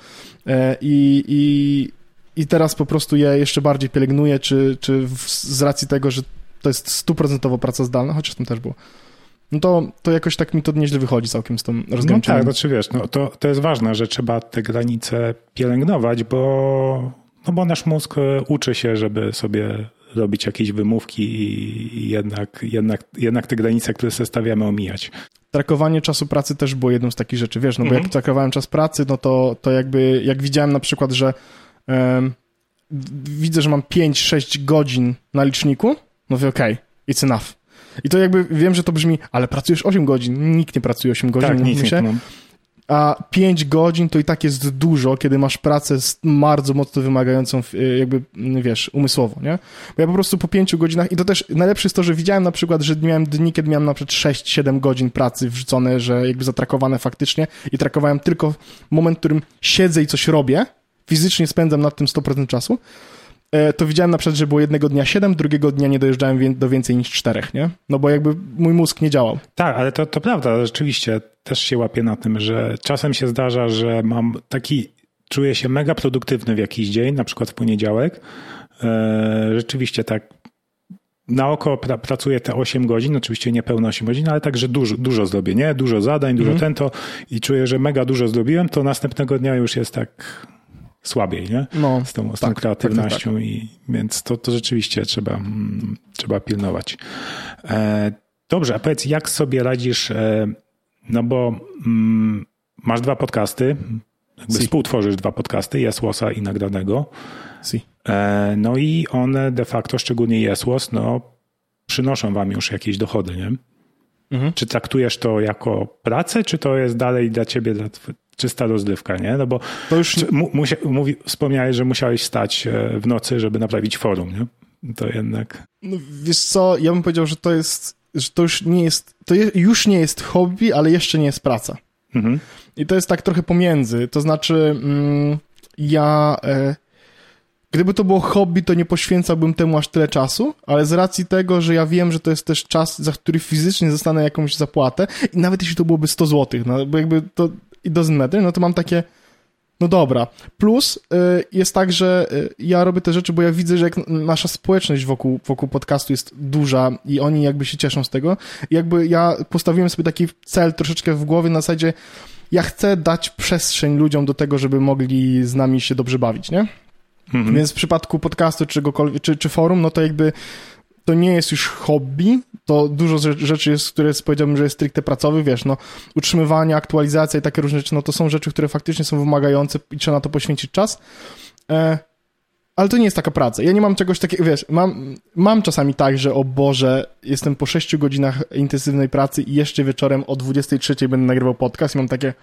i teraz po prostu je jeszcze bardziej pielęgnuję, czy z racji tego, że to jest 100% praca zdalna, chociaż tam też było. No to jakoś tak mi to nieźle wychodzi całkiem z tą rozgraniczeniem.
No tak, znaczy wiesz, to jest ważne, że trzeba te granice pielęgnować, bo nasz mózg uczy się, żeby sobie robić jakieś wymówki i jednak te granice, które sobie stawiamy, omijać.
Trakowanie czasu pracy też było jedną z takich rzeczy, wiesz, bo jak trakowałem czas pracy, no to jakby, jak widziałem na przykład, że widzę, że mam 5-6 godzin na liczniku, no mówię, okej, it's enough. I to jakby wiem, że to brzmi, ale pracujesz 8 godzin. Nikt nie pracuje 8 godzin.
Tak, nic nie.
A 5 godzin to i tak jest dużo, kiedy masz pracę bardzo mocno wymagającą jakby, wiesz, umysłowo, nie? Bo ja po prostu po 5 godzinach, i to też najlepsze jest to, że widziałem na przykład, że miałem dni, kiedy miałem na przykład 6-7 godzin pracy wrzucone, że jakby zatrakowane faktycznie i trakowałem tylko moment, w którym siedzę i coś robię, fizycznie spędzam nad tym 100% czasu, to widziałem na przykład, że było jednego dnia 7, drugiego dnia nie dojeżdżałem do więcej niż 4, nie? No bo jakby mój mózg nie działał.
Tak, ale to prawda, rzeczywiście też się łapię na tym, że czasem się zdarza, że czuję się mega produktywny w jakiś dzień, na przykład w poniedziałek. Rzeczywiście tak na oko pracuję te 8 godzin, oczywiście nie pełne 8 godzin, ale tak, że dużo zrobię, nie? Dużo zadań, dużo i czuję, że mega dużo zrobiłem, to następnego dnia już jest tak słabiej, nie? No, z tą kreatywnością tak. Więc to rzeczywiście trzeba pilnować. Dobrze, a powiedz, jak sobie radzisz, no bo masz 2 podcasty, współtworzysz 2 podcasty, Jesłosa i Nagranego. No i one de facto, szczególnie Jesłos, przynoszą wam już jakieś dochody, nie? Czy traktujesz to jako pracę, czy to jest dalej dla ciebie czysta rozrywka, nie? No bo to już wspomniałeś, że musiałeś wstać w nocy, żeby naprawić forum, nie? To jednak...
No wiesz co, ja bym powiedział, że to już nie jest hobby, ale jeszcze nie jest praca. I to jest tak trochę pomiędzy. To znaczy gdyby to było hobby, to nie poświęcałbym temu aż tyle czasu, ale z racji tego, że ja wiem, że to jest też czas, za który fizycznie dostanę jakąś zapłatę i nawet jeśli to byłoby 100 zł, no bo jakby to it doesn't matter, no to mam takie, no dobra. Plus jest tak, że ja robię te rzeczy, bo ja widzę, że jak nasza społeczność wokół podcastu jest duża i oni jakby się cieszą z tego. I jakby ja postawiłem sobie taki cel troszeczkę w głowie na zasadzie, ja chcę dać przestrzeń ludziom do tego, żeby mogli z nami się dobrze bawić, nie? Więc w przypadku podcastu czy forum, no to jakby to nie jest już hobby, to dużo rzeczy jest, które powiedziałbym, że jest stricte pracowy, wiesz, no utrzymywanie, aktualizacja i takie różne rzeczy, no to są rzeczy, które faktycznie są wymagające i trzeba na to poświęcić czas, ale to nie jest taka praca. Ja nie mam czegoś takiego, wiesz, mam czasami tak, że o Boże, jestem po 6 godzinach intensywnej pracy i jeszcze wieczorem o 23 będę nagrywał podcast i mam takie,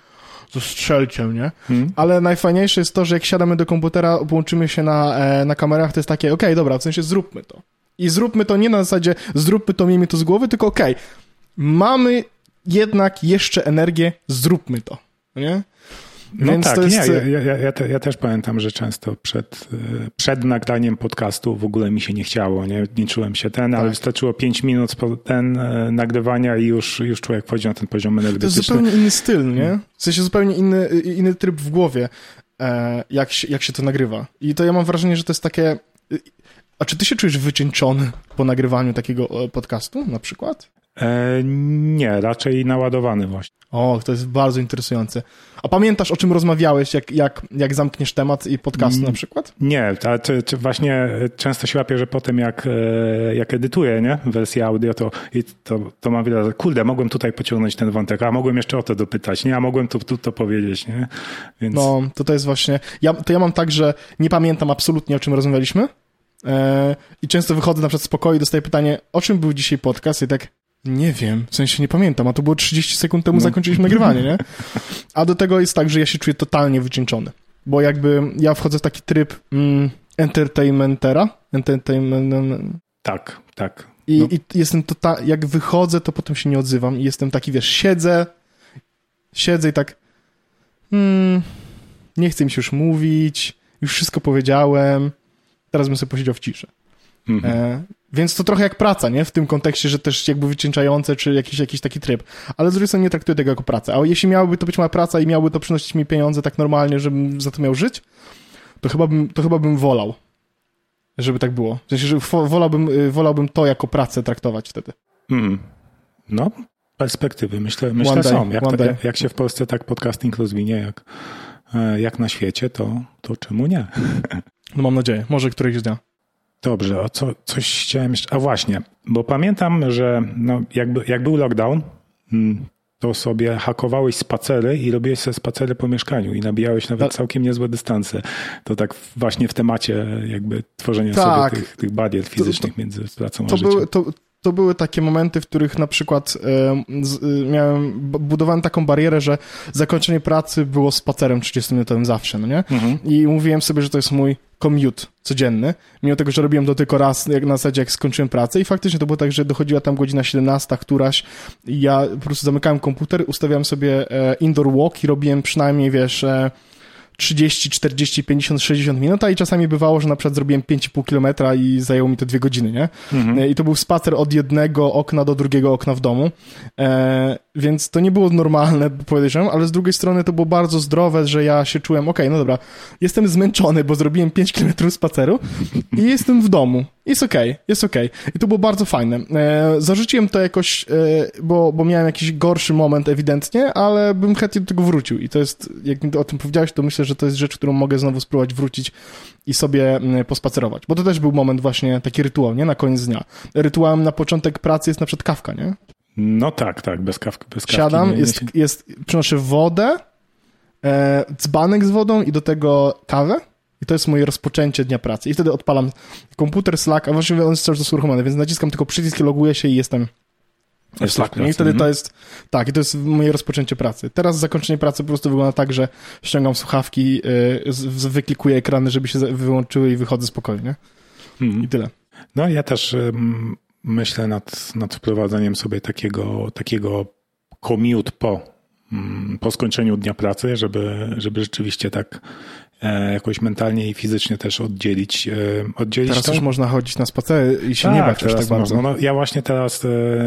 to strzelciem, nie? Ale najfajniejsze jest to, że jak siadamy do komputera, połączymy się na kamerach, to jest takie, okej, dobra, w sensie zróbmy to. I zróbmy to nie na zasadzie zróbmy to, miejmy to z głowy, tylko mamy jednak jeszcze energię, zróbmy to, nie?
No więc tak, to jest... ja też pamiętam, że często przed nagraniem podcastu w ogóle mi się nie chciało, nie czułem się ale wystarczyło 5 minut nagrywania i już człowiek wchodzi na ten poziom energetyczny.
To jest zupełnie inny styl, nie? W sensie zupełnie inny tryb w głowie, jak się to nagrywa. I to ja mam wrażenie, że to jest takie... A czy ty się czujesz wycieńczony po nagrywaniu takiego podcastu na przykład?
Nie, raczej naładowany właśnie.
O, to jest bardzo interesujące. A pamiętasz, o czym rozmawiałeś, jak zamkniesz temat i podcastu na przykład?
Nie, właśnie często się łapię, że potem jak edytuję, nie, wersję audio, to mam wiele, kurde, mogłem tutaj pociągnąć ten wątek, a mogłem jeszcze o to dopytać, nie, a mogłem to powiedzieć, nie? Więc...
No, to jest właśnie... Ja mam tak, że nie pamiętam absolutnie, o czym rozmawialiśmy i często wychodzę na przykład z pokoju i dostaję pytanie, o czym był dzisiaj podcast i tak... Nie wiem, w sensie nie pamiętam, a to było 30 sekund temu zakończyliśmy nagrywanie, nie? A do tego jest tak, że ja się czuję totalnie wycieńczony, bo jakby ja wchodzę w taki tryb entertainmentera.
Tak.
I jestem jak wychodzę, to potem się nie odzywam i jestem taki, wiesz, siedzę i tak nie chce mi się już mówić, już wszystko powiedziałem, teraz bym sobie posiedział w ciszy. Więc to trochę jak praca, nie? W tym kontekście, że też jakby wycieńczające, czy jakiś taki tryb. Ale z drugiej strony nie traktuję tego jako pracę. A jeśli miałaby to być moja praca i miałoby to przynosić mi pieniądze tak normalnie, żebym za to miał żyć, to chyba bym wolał, żeby tak było. W sensie, że wolałbym to jako pracę traktować wtedy.
No, perspektywy. Myślę są. Jak się w Polsce tak podcasting rozwinie, jak na świecie, to czemu nie?
No mam nadzieję. Może któregoś dnia.
Dobrze, coś chciałem jeszcze... A właśnie, bo pamiętam, że jak był lockdown, to sobie hakowałeś spacery i robiłeś sobie spacery po mieszkaniu i nabijałeś nawet całkiem niezłe dystanse. To tak właśnie w temacie jakby tworzenia sobie tych barier fizycznych między pracą a życiem.
To były takie momenty, w których na przykład budowałem taką barierę, że zakończenie pracy było spacerem 30-minutowym zawsze, no nie? I mówiłem sobie, że to jest mój commute codzienny, mimo tego, że robiłem to tylko raz, jak na zasadzie jak skończyłem pracę i faktycznie to było tak, że dochodziła tam godzina 17 któraś i ja po prostu zamykałem komputer, ustawiałem sobie indoor walk i robiłem przynajmniej, wiesz... 30, 40, 50, 60 minut, a i czasami bywało, że na przykład zrobiłem 5,5 kilometra i zajęło mi to 2 godziny, nie? I to był spacer od jednego okna do drugiego okna w domu, więc to nie było normalne, podejrzewam, ale z drugiej strony to było bardzo zdrowe, że ja się czułem, no dobra, jestem zmęczony, bo zrobiłem 5 kilometrów spaceru i jestem w domu. Jest okej. I to było bardzo fajne. Zarzuciłem to jakoś, bo miałem jakiś gorszy moment ewidentnie, ale bym chętnie do tego wrócił. I to jest, jak mi o tym powiedziałeś, to myślę, że to jest rzecz, którą mogę znowu spróbować wrócić i sobie pospacerować. Bo to też był moment właśnie, taki rytuał, nie? Na koniec dnia. Rytuałem na początek pracy jest na przykład kawka, nie?
No tak, bez kawki.
Siadam, przynoszę wodę, dzbanek z wodą i do tego kawę. I to jest moje rozpoczęcie dnia pracy. I wtedy odpalam komputer, Slack, a właściwie on jest cały czas uruchomiony, więc naciskam tylko przycisk, loguję się i jestem w Slacku. I wtedy to jest, i to jest moje rozpoczęcie pracy. Teraz zakończenie pracy po prostu wygląda tak, że ściągam słuchawki, wyklikuję ekrany, żeby się wyłączyły i wychodzę spokojnie. I tyle.
No ja też myślę nad wprowadzeniem sobie takiego commute po skończeniu dnia pracy, żeby rzeczywiście tak jakoś mentalnie i fizycznie też oddzielić
Teraz
to.
już można chodzić na spacery i się nie bać już tak bardzo.
No, ja właśnie teraz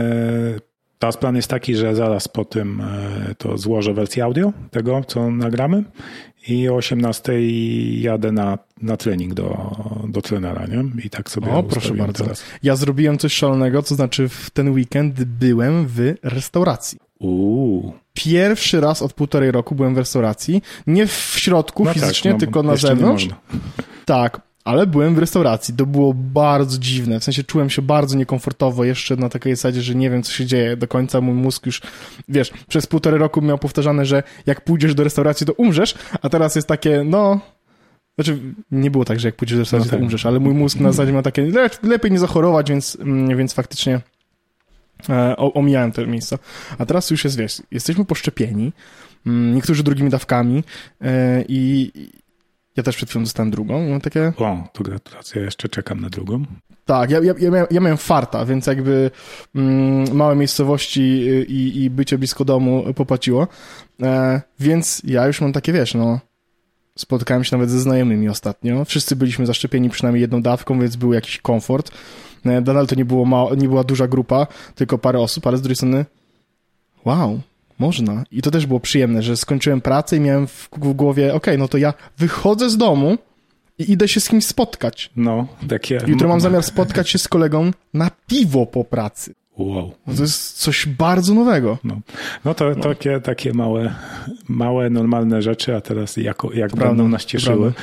plan jest taki, że zaraz po tym to złożę wersję audio tego, co nagramy i o 18:00 jadę na trening do trenera, nie? I tak sobie
proszę bardzo.
Teraz.
Ja zrobiłem coś szalonego, to znaczy w ten weekend byłem w restauracji. Pierwszy raz od 1,5 roku byłem w restauracji. Nie w środku fizycznie, tylko na zewnątrz. Tak, ale byłem w restauracji. To było bardzo dziwne. W sensie czułem się bardzo niekomfortowo jeszcze na takiej zasadzie, że nie wiem, co się dzieje do końca. Mój mózg już, wiesz, przez 1,5 roku miał powtarzane, że jak pójdziesz do restauracji, to umrzesz, a teraz jest takie, znaczy, nie było tak, że jak pójdziesz do restauracji, to umrzesz, ale mój mózg na zasadzie ma takie, lepiej nie zachorować, więc faktycznie omijałem to miejsce. A teraz już jest, wiesz, jesteśmy poszczepieni, niektórzy drugimi dawkami i ja też przed chwilą dostałem drugą i mam takie...
O, to gratulacje, ja jeszcze czekam na drugą.
Tak, ja miałem farta, więc jakby małe miejscowości i bycie blisko domu popłaciło, więc ja już mam takie, wiesz, no, spotkałem się nawet ze znajomymi ostatnio, wszyscy byliśmy zaszczepieni przynajmniej jedną dawką, więc był jakiś komfort, nadal to nie była duża grupa, tylko parę osób, ale z drugiej strony wow, można. I to też było przyjemne, że skończyłem pracę i miałem w głowie, okej, no to ja wychodzę z domu i idę się z kimś spotkać.
No, takie...
Jutro mam zamiar spotkać się z kolegą na piwo po pracy.
Wow.
To jest coś bardzo nowego.
No to takie małe, normalne rzeczy, a teraz jak będą nas cieszyły.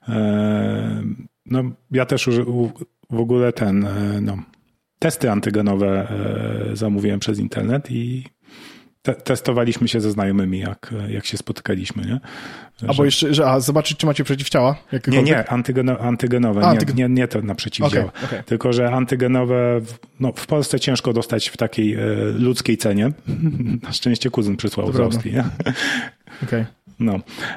No, ja też w ogóle testy antygenowe zamówiłem przez internet i testowaliśmy się ze znajomymi, jak się spotykaliśmy, nie?
Albo jeszcze, zobaczyć, czy macie przeciwciała?
Nie, antygenowe. Nie to na przeciwdziała. Okay. Tylko, że antygenowe w Polsce ciężko dostać w takiej ludzkiej cenie. Na szczęście kuzyn przysłał z Austrii.
Okej.
No.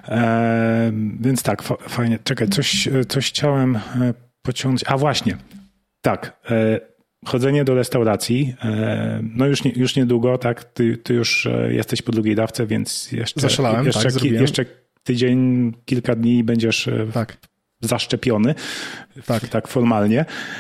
Więc tak, fajnie. Czekaj, coś chciałem pociągnąć. A właśnie. Tak. Chodzenie do restauracji, no już niedługo, tak, ty już jesteś po drugiej dawce, więc jeszcze tydzień, kilka dni będziesz zaszczepiony, tak formalnie,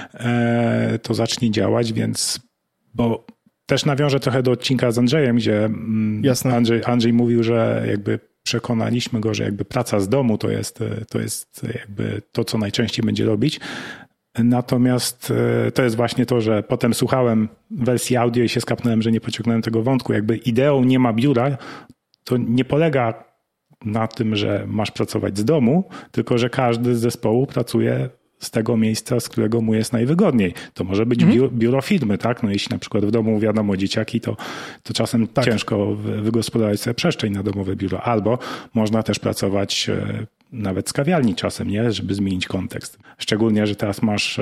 to zacznie działać, więc, bo też nawiążę trochę do odcinka z Andrzejem, gdzie Andrzej mówił, że jakby przekonaliśmy go, że jakby praca z domu to jest jakby to, co najczęściej będzie robić. Natomiast to jest właśnie to, że potem słuchałem wersji audio i się skapnąłem, że nie pociągnąłem tego wątku. Jakby ideą nie ma biura, to nie polega na tym, że masz pracować z domu, tylko że każdy z zespołu pracuje z tego miejsca, z którego mu jest najwygodniej. To może być biuro firmy, tak? No jeśli na przykład w domu wiadomo dzieciaki, to czasem ciężko wygospodarować sobie przestrzeń na domowe biuro. Albo można też pracować nawet z kawiarni czasem, nie? Żeby zmienić kontekst. Szczególnie, że teraz masz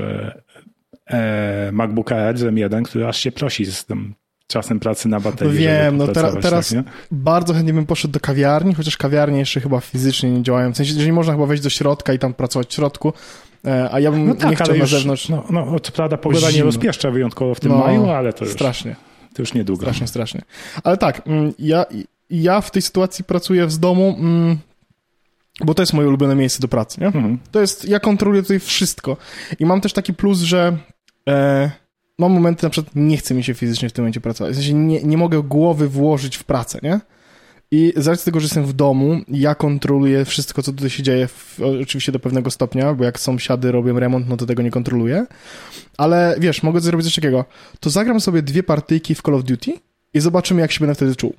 MacBooka Air M1, który aż się prosi z tym czasem pracy na baterii.
Wiem, no teraz tak, bardzo chętnie bym poszedł do kawiarni, chociaż kawiarnie jeszcze chyba fizycznie nie działają. W sensie, że nie można chyba wejść do środka i tam pracować w środku, a ja bym nie chciał na zewnątrz.
No, co prawda pogoda nie rozpieszcza wyjątkowo w tym maju, ale to już...
Strasznie.
To już niedługo.
Strasznie. Ale tak, ja w tej sytuacji pracuję z domu, bo to jest moje ulubione miejsce do pracy, nie? To jest, ja kontroluję tutaj wszystko. I mam też taki plus, że mam momenty, na przykład nie chce mi się fizycznie w tym momencie pracować. W sensie nie mogę głowy włożyć w pracę, nie? I z racji tego, że jestem w domu, ja kontroluję wszystko, co tutaj się dzieje, oczywiście do pewnego stopnia, bo jak sąsiady robią remont, no to tego nie kontroluję. Ale wiesz, mogę zrobić coś takiego. To zagram sobie 2 partyjki w Call of Duty i zobaczymy, jak się będę wtedy czuł.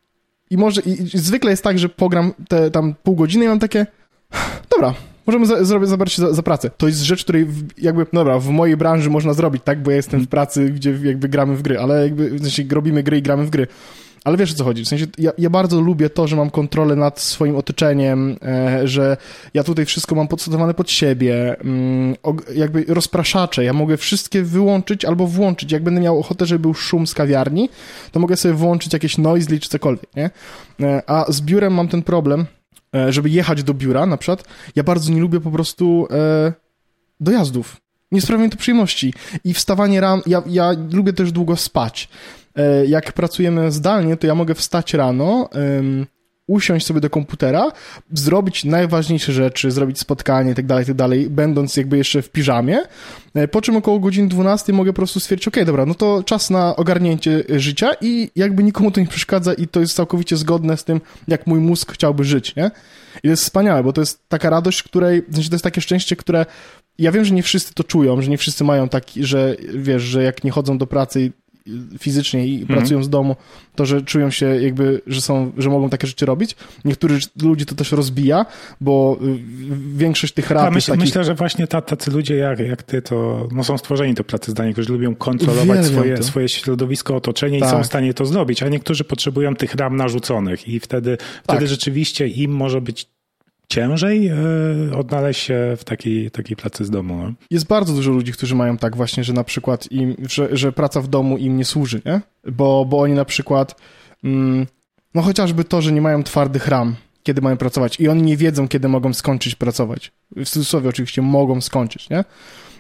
I zwykle jest tak, że pogram tam pół godziny i mam takie, dobra, możemy zabrać się za pracę. To jest rzecz, której jakby, dobra, w mojej branży można zrobić, tak, bo ja jestem w pracy, gdzie jakby gramy w gry, ale jakby, w sensie robimy gry i gramy w gry. Ale wiesz, o co chodzi? W sensie ja bardzo lubię to, że mam kontrolę nad swoim otoczeniem, że ja tutaj wszystko mam podstosowane pod siebie, jakby rozpraszacze, ja mogę wszystkie wyłączyć albo włączyć. Jak będę miał ochotę, żeby był szum z kawiarni, to mogę sobie włączyć jakieś noisely czy cokolwiek, nie? A z biurem mam ten problem, żeby jechać do biura na przykład, ja bardzo nie lubię po prostu dojazdów. Nie sprawia mi to przyjemności. I wstawanie rano, ja lubię też długo spać. Jak pracujemy zdalnie, to ja mogę wstać rano, usiąść sobie do komputera, zrobić najważniejsze rzeczy, zrobić spotkanie i tak dalej, będąc jakby jeszcze w piżamie, po czym około godziny 12 mogę po prostu stwierdzić, okej, dobra, no to czas na ogarnięcie życia i jakby nikomu to nie przeszkadza i to jest całkowicie zgodne z tym, jak mój mózg chciałby żyć, nie? I to jest wspaniałe, bo to jest taka radość, której, w sensie to jest takie szczęście, które ja wiem, że nie wszyscy to czują, że nie wszyscy mają taki, że wiesz, że jak nie chodzą do pracy fizycznie i pracują z domu, to że czują się jakby, że mogą takie rzeczy robić. Niektórych ludzi to też rozbija, bo większość tych rad jest takich...
Myślę, że właśnie tacy ludzie jak ty to są stworzeni do pracy zdalnej, którzy lubią kontrolować swoje środowisko, otoczenie i są w stanie to zrobić, a niektórzy potrzebują tych ram narzuconych i wtedy rzeczywiście im może być ciężej odnaleźć się w takiej pracy z domu. No?
Jest bardzo dużo ludzi, którzy mają tak właśnie, że na przykład że praca w domu im nie służy, nie? Bo oni na przykład No chociażby to, że nie mają twardych ram, kiedy mają pracować i oni nie wiedzą, kiedy mogą skończyć pracować. W cudzysłowie oczywiście mogą skończyć, nie?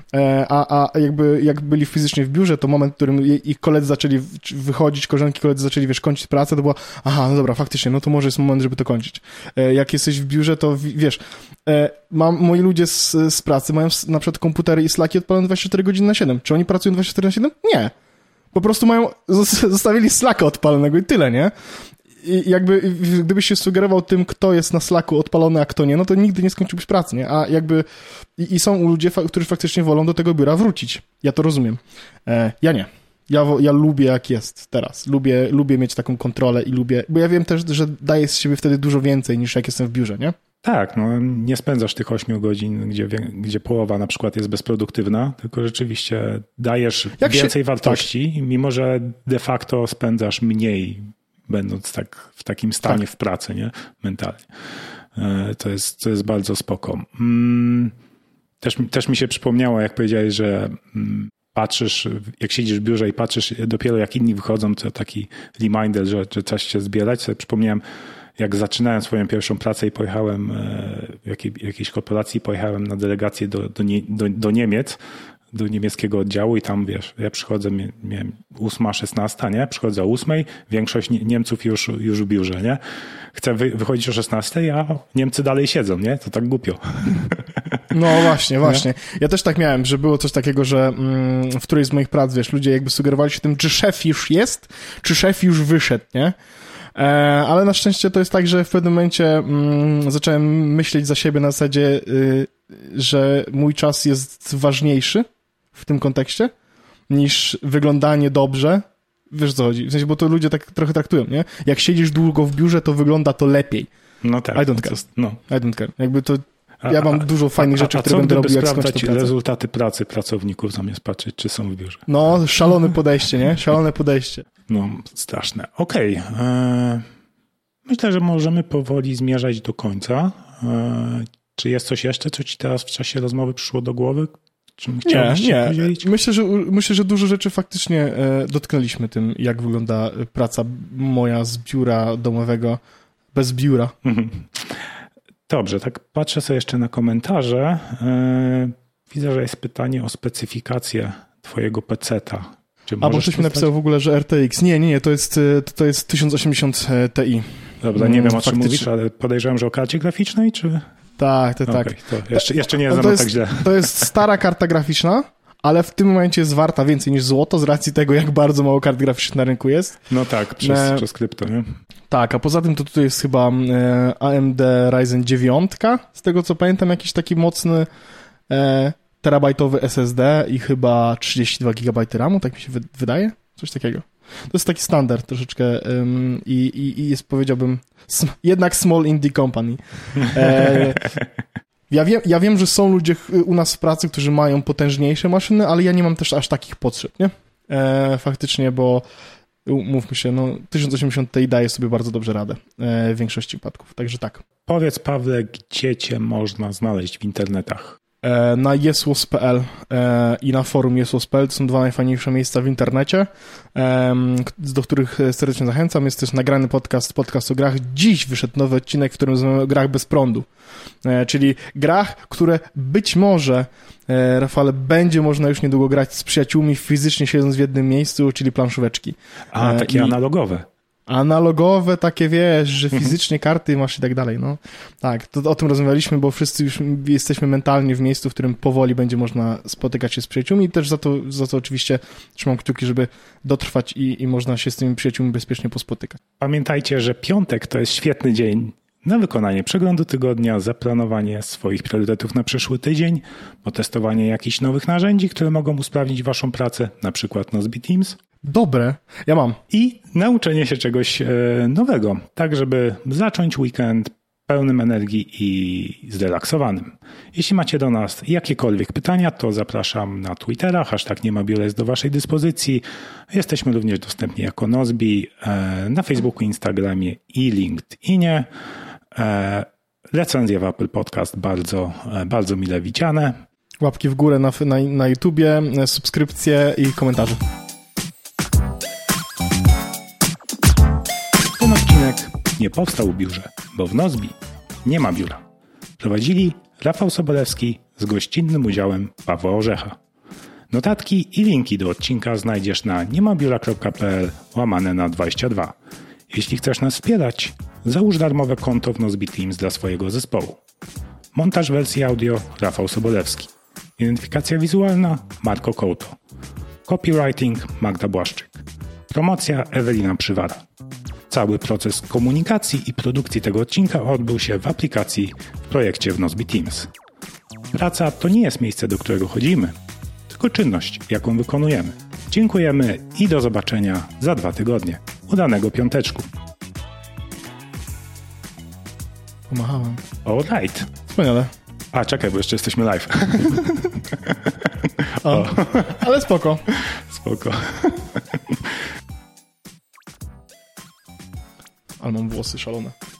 A jakby jak byli fizycznie w biurze, to moment, w którym ich koledzy zaczęli wychodzić, koleżanki koledzy zaczęli, kończyć pracę, to było, no dobra, faktycznie, no to może jest moment, żeby to kończyć. Jak jesteś w biurze, to moi ludzie z pracy mają na przykład komputery i Slacki odpalone 24 godziny na 7. Czy oni pracują 24 na 7? Nie. Po prostu zostawili Slacka odpalonego i tyle, nie? I jakby, gdybyś się sugerował tym, kto jest na Slacku odpalony, a kto nie, no to nigdy nie skończyłbyś pracy, nie? A jakby i są ludzie, którzy faktycznie wolą do tego biura wrócić. Ja to rozumiem. Ja nie. Ja lubię, jak jest teraz. Lubię mieć taką kontrolę i bo ja wiem też, że daję z siebie wtedy dużo więcej, niż jak jestem w biurze, nie?
Tak, no nie spędzasz tych 8 godzin, gdzie połowa na przykład jest bezproduktywna, tylko rzeczywiście dajesz więcej wartości, tak. Mimo że de facto spędzasz mniej, będąc tak w takim stanie w pracy, nie? Mentalnie. To jest bardzo spoko. Też mi się przypomniało, jak powiedziałeś, że patrzysz, jak siedzisz w biurze i patrzysz dopiero jak inni wychodzą, to taki reminder, że czas się zbierać. Sobie przypomniałem, jak zaczynałem swoją pierwszą pracę i pojechałem w jakiejś korporacji, pojechałem na delegację do Niemiec, do niemieckiego oddziału i tam, ja przychodzę, miałem 8:16, nie? Przychodzę o 8:00, większość Niemców już w biurze, nie? Chcę wychodzić o 16:00, a Niemcy dalej siedzą, nie? To tak głupio.
No właśnie. Ja też tak miałem, że było coś takiego, że w którejś z moich prac, ludzie jakby sugerowali się tym, czy szef już jest, czy szef już wyszedł, nie? Ale na szczęście to jest tak, że w pewnym momencie zacząłem myśleć za siebie na zasadzie, że mój czas jest ważniejszy w tym kontekście niż wyglądanie dobrze. Wiesz, co chodzi? W sensie, bo to ludzie tak trochę traktują, nie? Jak siedzisz długo w biurze, to wygląda to lepiej.
No tak.
I don't care. I don't care. Jakby to... Ja mam dużo fajnych rzeczy, które będę robił, jak skończę pracę.
Rezultaty pracy pracowników, zamiast patrzeć, czy są w biurze.
No, szalone podejście, nie? Szalone podejście.
No, straszne. Okej. Myślę, że możemy powoli zmierzać do Czy jest coś jeszcze, co ci teraz w czasie rozmowy przyszło do głowy? Czym chciałbyś się podzielić?
Myślę, że dużo rzeczy faktycznie dotknęliśmy tym, jak wygląda praca moja z biura domowego bez biura.
Dobrze, tak patrzę sobie jeszcze na komentarze. Widzę, że jest pytanie o specyfikację twojego peceta.
Bo ktoś mi napisał w ogóle, że RTX. Nie, to jest 1080 Ti.
Dobra, nie wiem o czym mówisz, ale podejrzewam, że o karcie graficznej, czy...
Tak.
To jeszcze nie jest tak źle.
To jest stara karta graficzna, ale w tym momencie jest warta więcej niż złoto z racji tego, jak bardzo mało kart graficznych na rynku jest.
No tak, przez krypto, nie?
Tak, a poza tym to tutaj jest chyba AMD Ryzen 9, z tego co pamiętam, jakiś taki mocny terabajtowy SSD i chyba 32 GB RAMu, tak mi się wydaje, coś takiego. To jest taki standard troszeczkę i jest, powiedziałbym, jednak small indie company. Ja wiem, że są ludzie u nas w pracy, którzy mają potężniejsze maszyny, ale ja nie mam też aż takich potrzeb, nie? Faktycznie, bo umówmy się, 1080 Ti daje sobie bardzo dobrze radę w większości przypadków, także tak.
Powiedz, Pawle, gdzie cię można znaleźć w internetach?
Na jesłos.pl i na forum jesłos.pl to są dwa najfajniejsze miejsca w internecie, do których serdecznie zachęcam. Jest też nagrany podcast o grach. Dziś wyszedł nowy odcinek, w którym rozmawiamy o grach bez prądu, czyli grach, które być może, Rafale, będzie można już niedługo grać z przyjaciółmi fizycznie siedząc w jednym miejscu, czyli planszóweczki.
Takie analogowe.
Analogowe takie, wiesz, że fizycznie karty masz i tak dalej, no. Tak, to o tym rozmawialiśmy, bo wszyscy już jesteśmy mentalnie w miejscu, w którym powoli będzie można spotykać się z przyjaciółmi i też za to oczywiście trzymam kciuki, żeby dotrwać i można się z tymi przyjaciółmi bezpiecznie pospotykać.
Pamiętajcie, że piątek to jest świetny dzień na wykonanie przeglądu tygodnia, zaplanowanie swoich priorytetów na przyszły tydzień, potestowanie jakichś nowych narzędzi, które mogą usprawnić waszą pracę, na przykład Nozbe Teams.
Dobre, ja mam.
I nauczenie się czegoś nowego, tak żeby zacząć weekend pełnym energii i zrelaksowanym. Jeśli macie do nas jakiekolwiek pytania, to zapraszam na Twittera, #niemabiura jest do waszej dyspozycji. Jesteśmy również dostępni jako Nozbe na Facebooku, Instagramie i LinkedInie. Recenzje w Apple Podcast bardzo, bardzo mile widziane.
Łapki w górę na YouTubie, subskrypcje i komentarze.
Ten odcinek nie powstał w biurze, bo w Nozbi nie ma biura. Prowadzili Rafał Sobolewski z gościnnym udziałem Pawła Orzecha. Notatki i linki do odcinka znajdziesz na niemabiura.pl/22. Jeśli chcesz nas wspierać, załóż darmowe konto w Nozbi Teams dla swojego zespołu. Montaż wersji audio Rafał Sobolewski. Identyfikacja wizualna Marko Kołto. Copywriting Magda Błaszczyk. Promocja Ewelina Przywara. Cały proces komunikacji i produkcji tego odcinka odbył się w aplikacji w projekcie w Nozbi Teams. Praca to nie jest miejsce, do którego chodzimy, tylko czynność, jaką wykonujemy. Dziękujemy i do zobaczenia za 2 tygodnie. Udanego piąteczku.
Pomachałem.
Alright.
Wspaniale.
A, czekaj, bo jeszcze jesteśmy live.
O. Ale spoko.
Spoko.
Ale mam włosy szalone.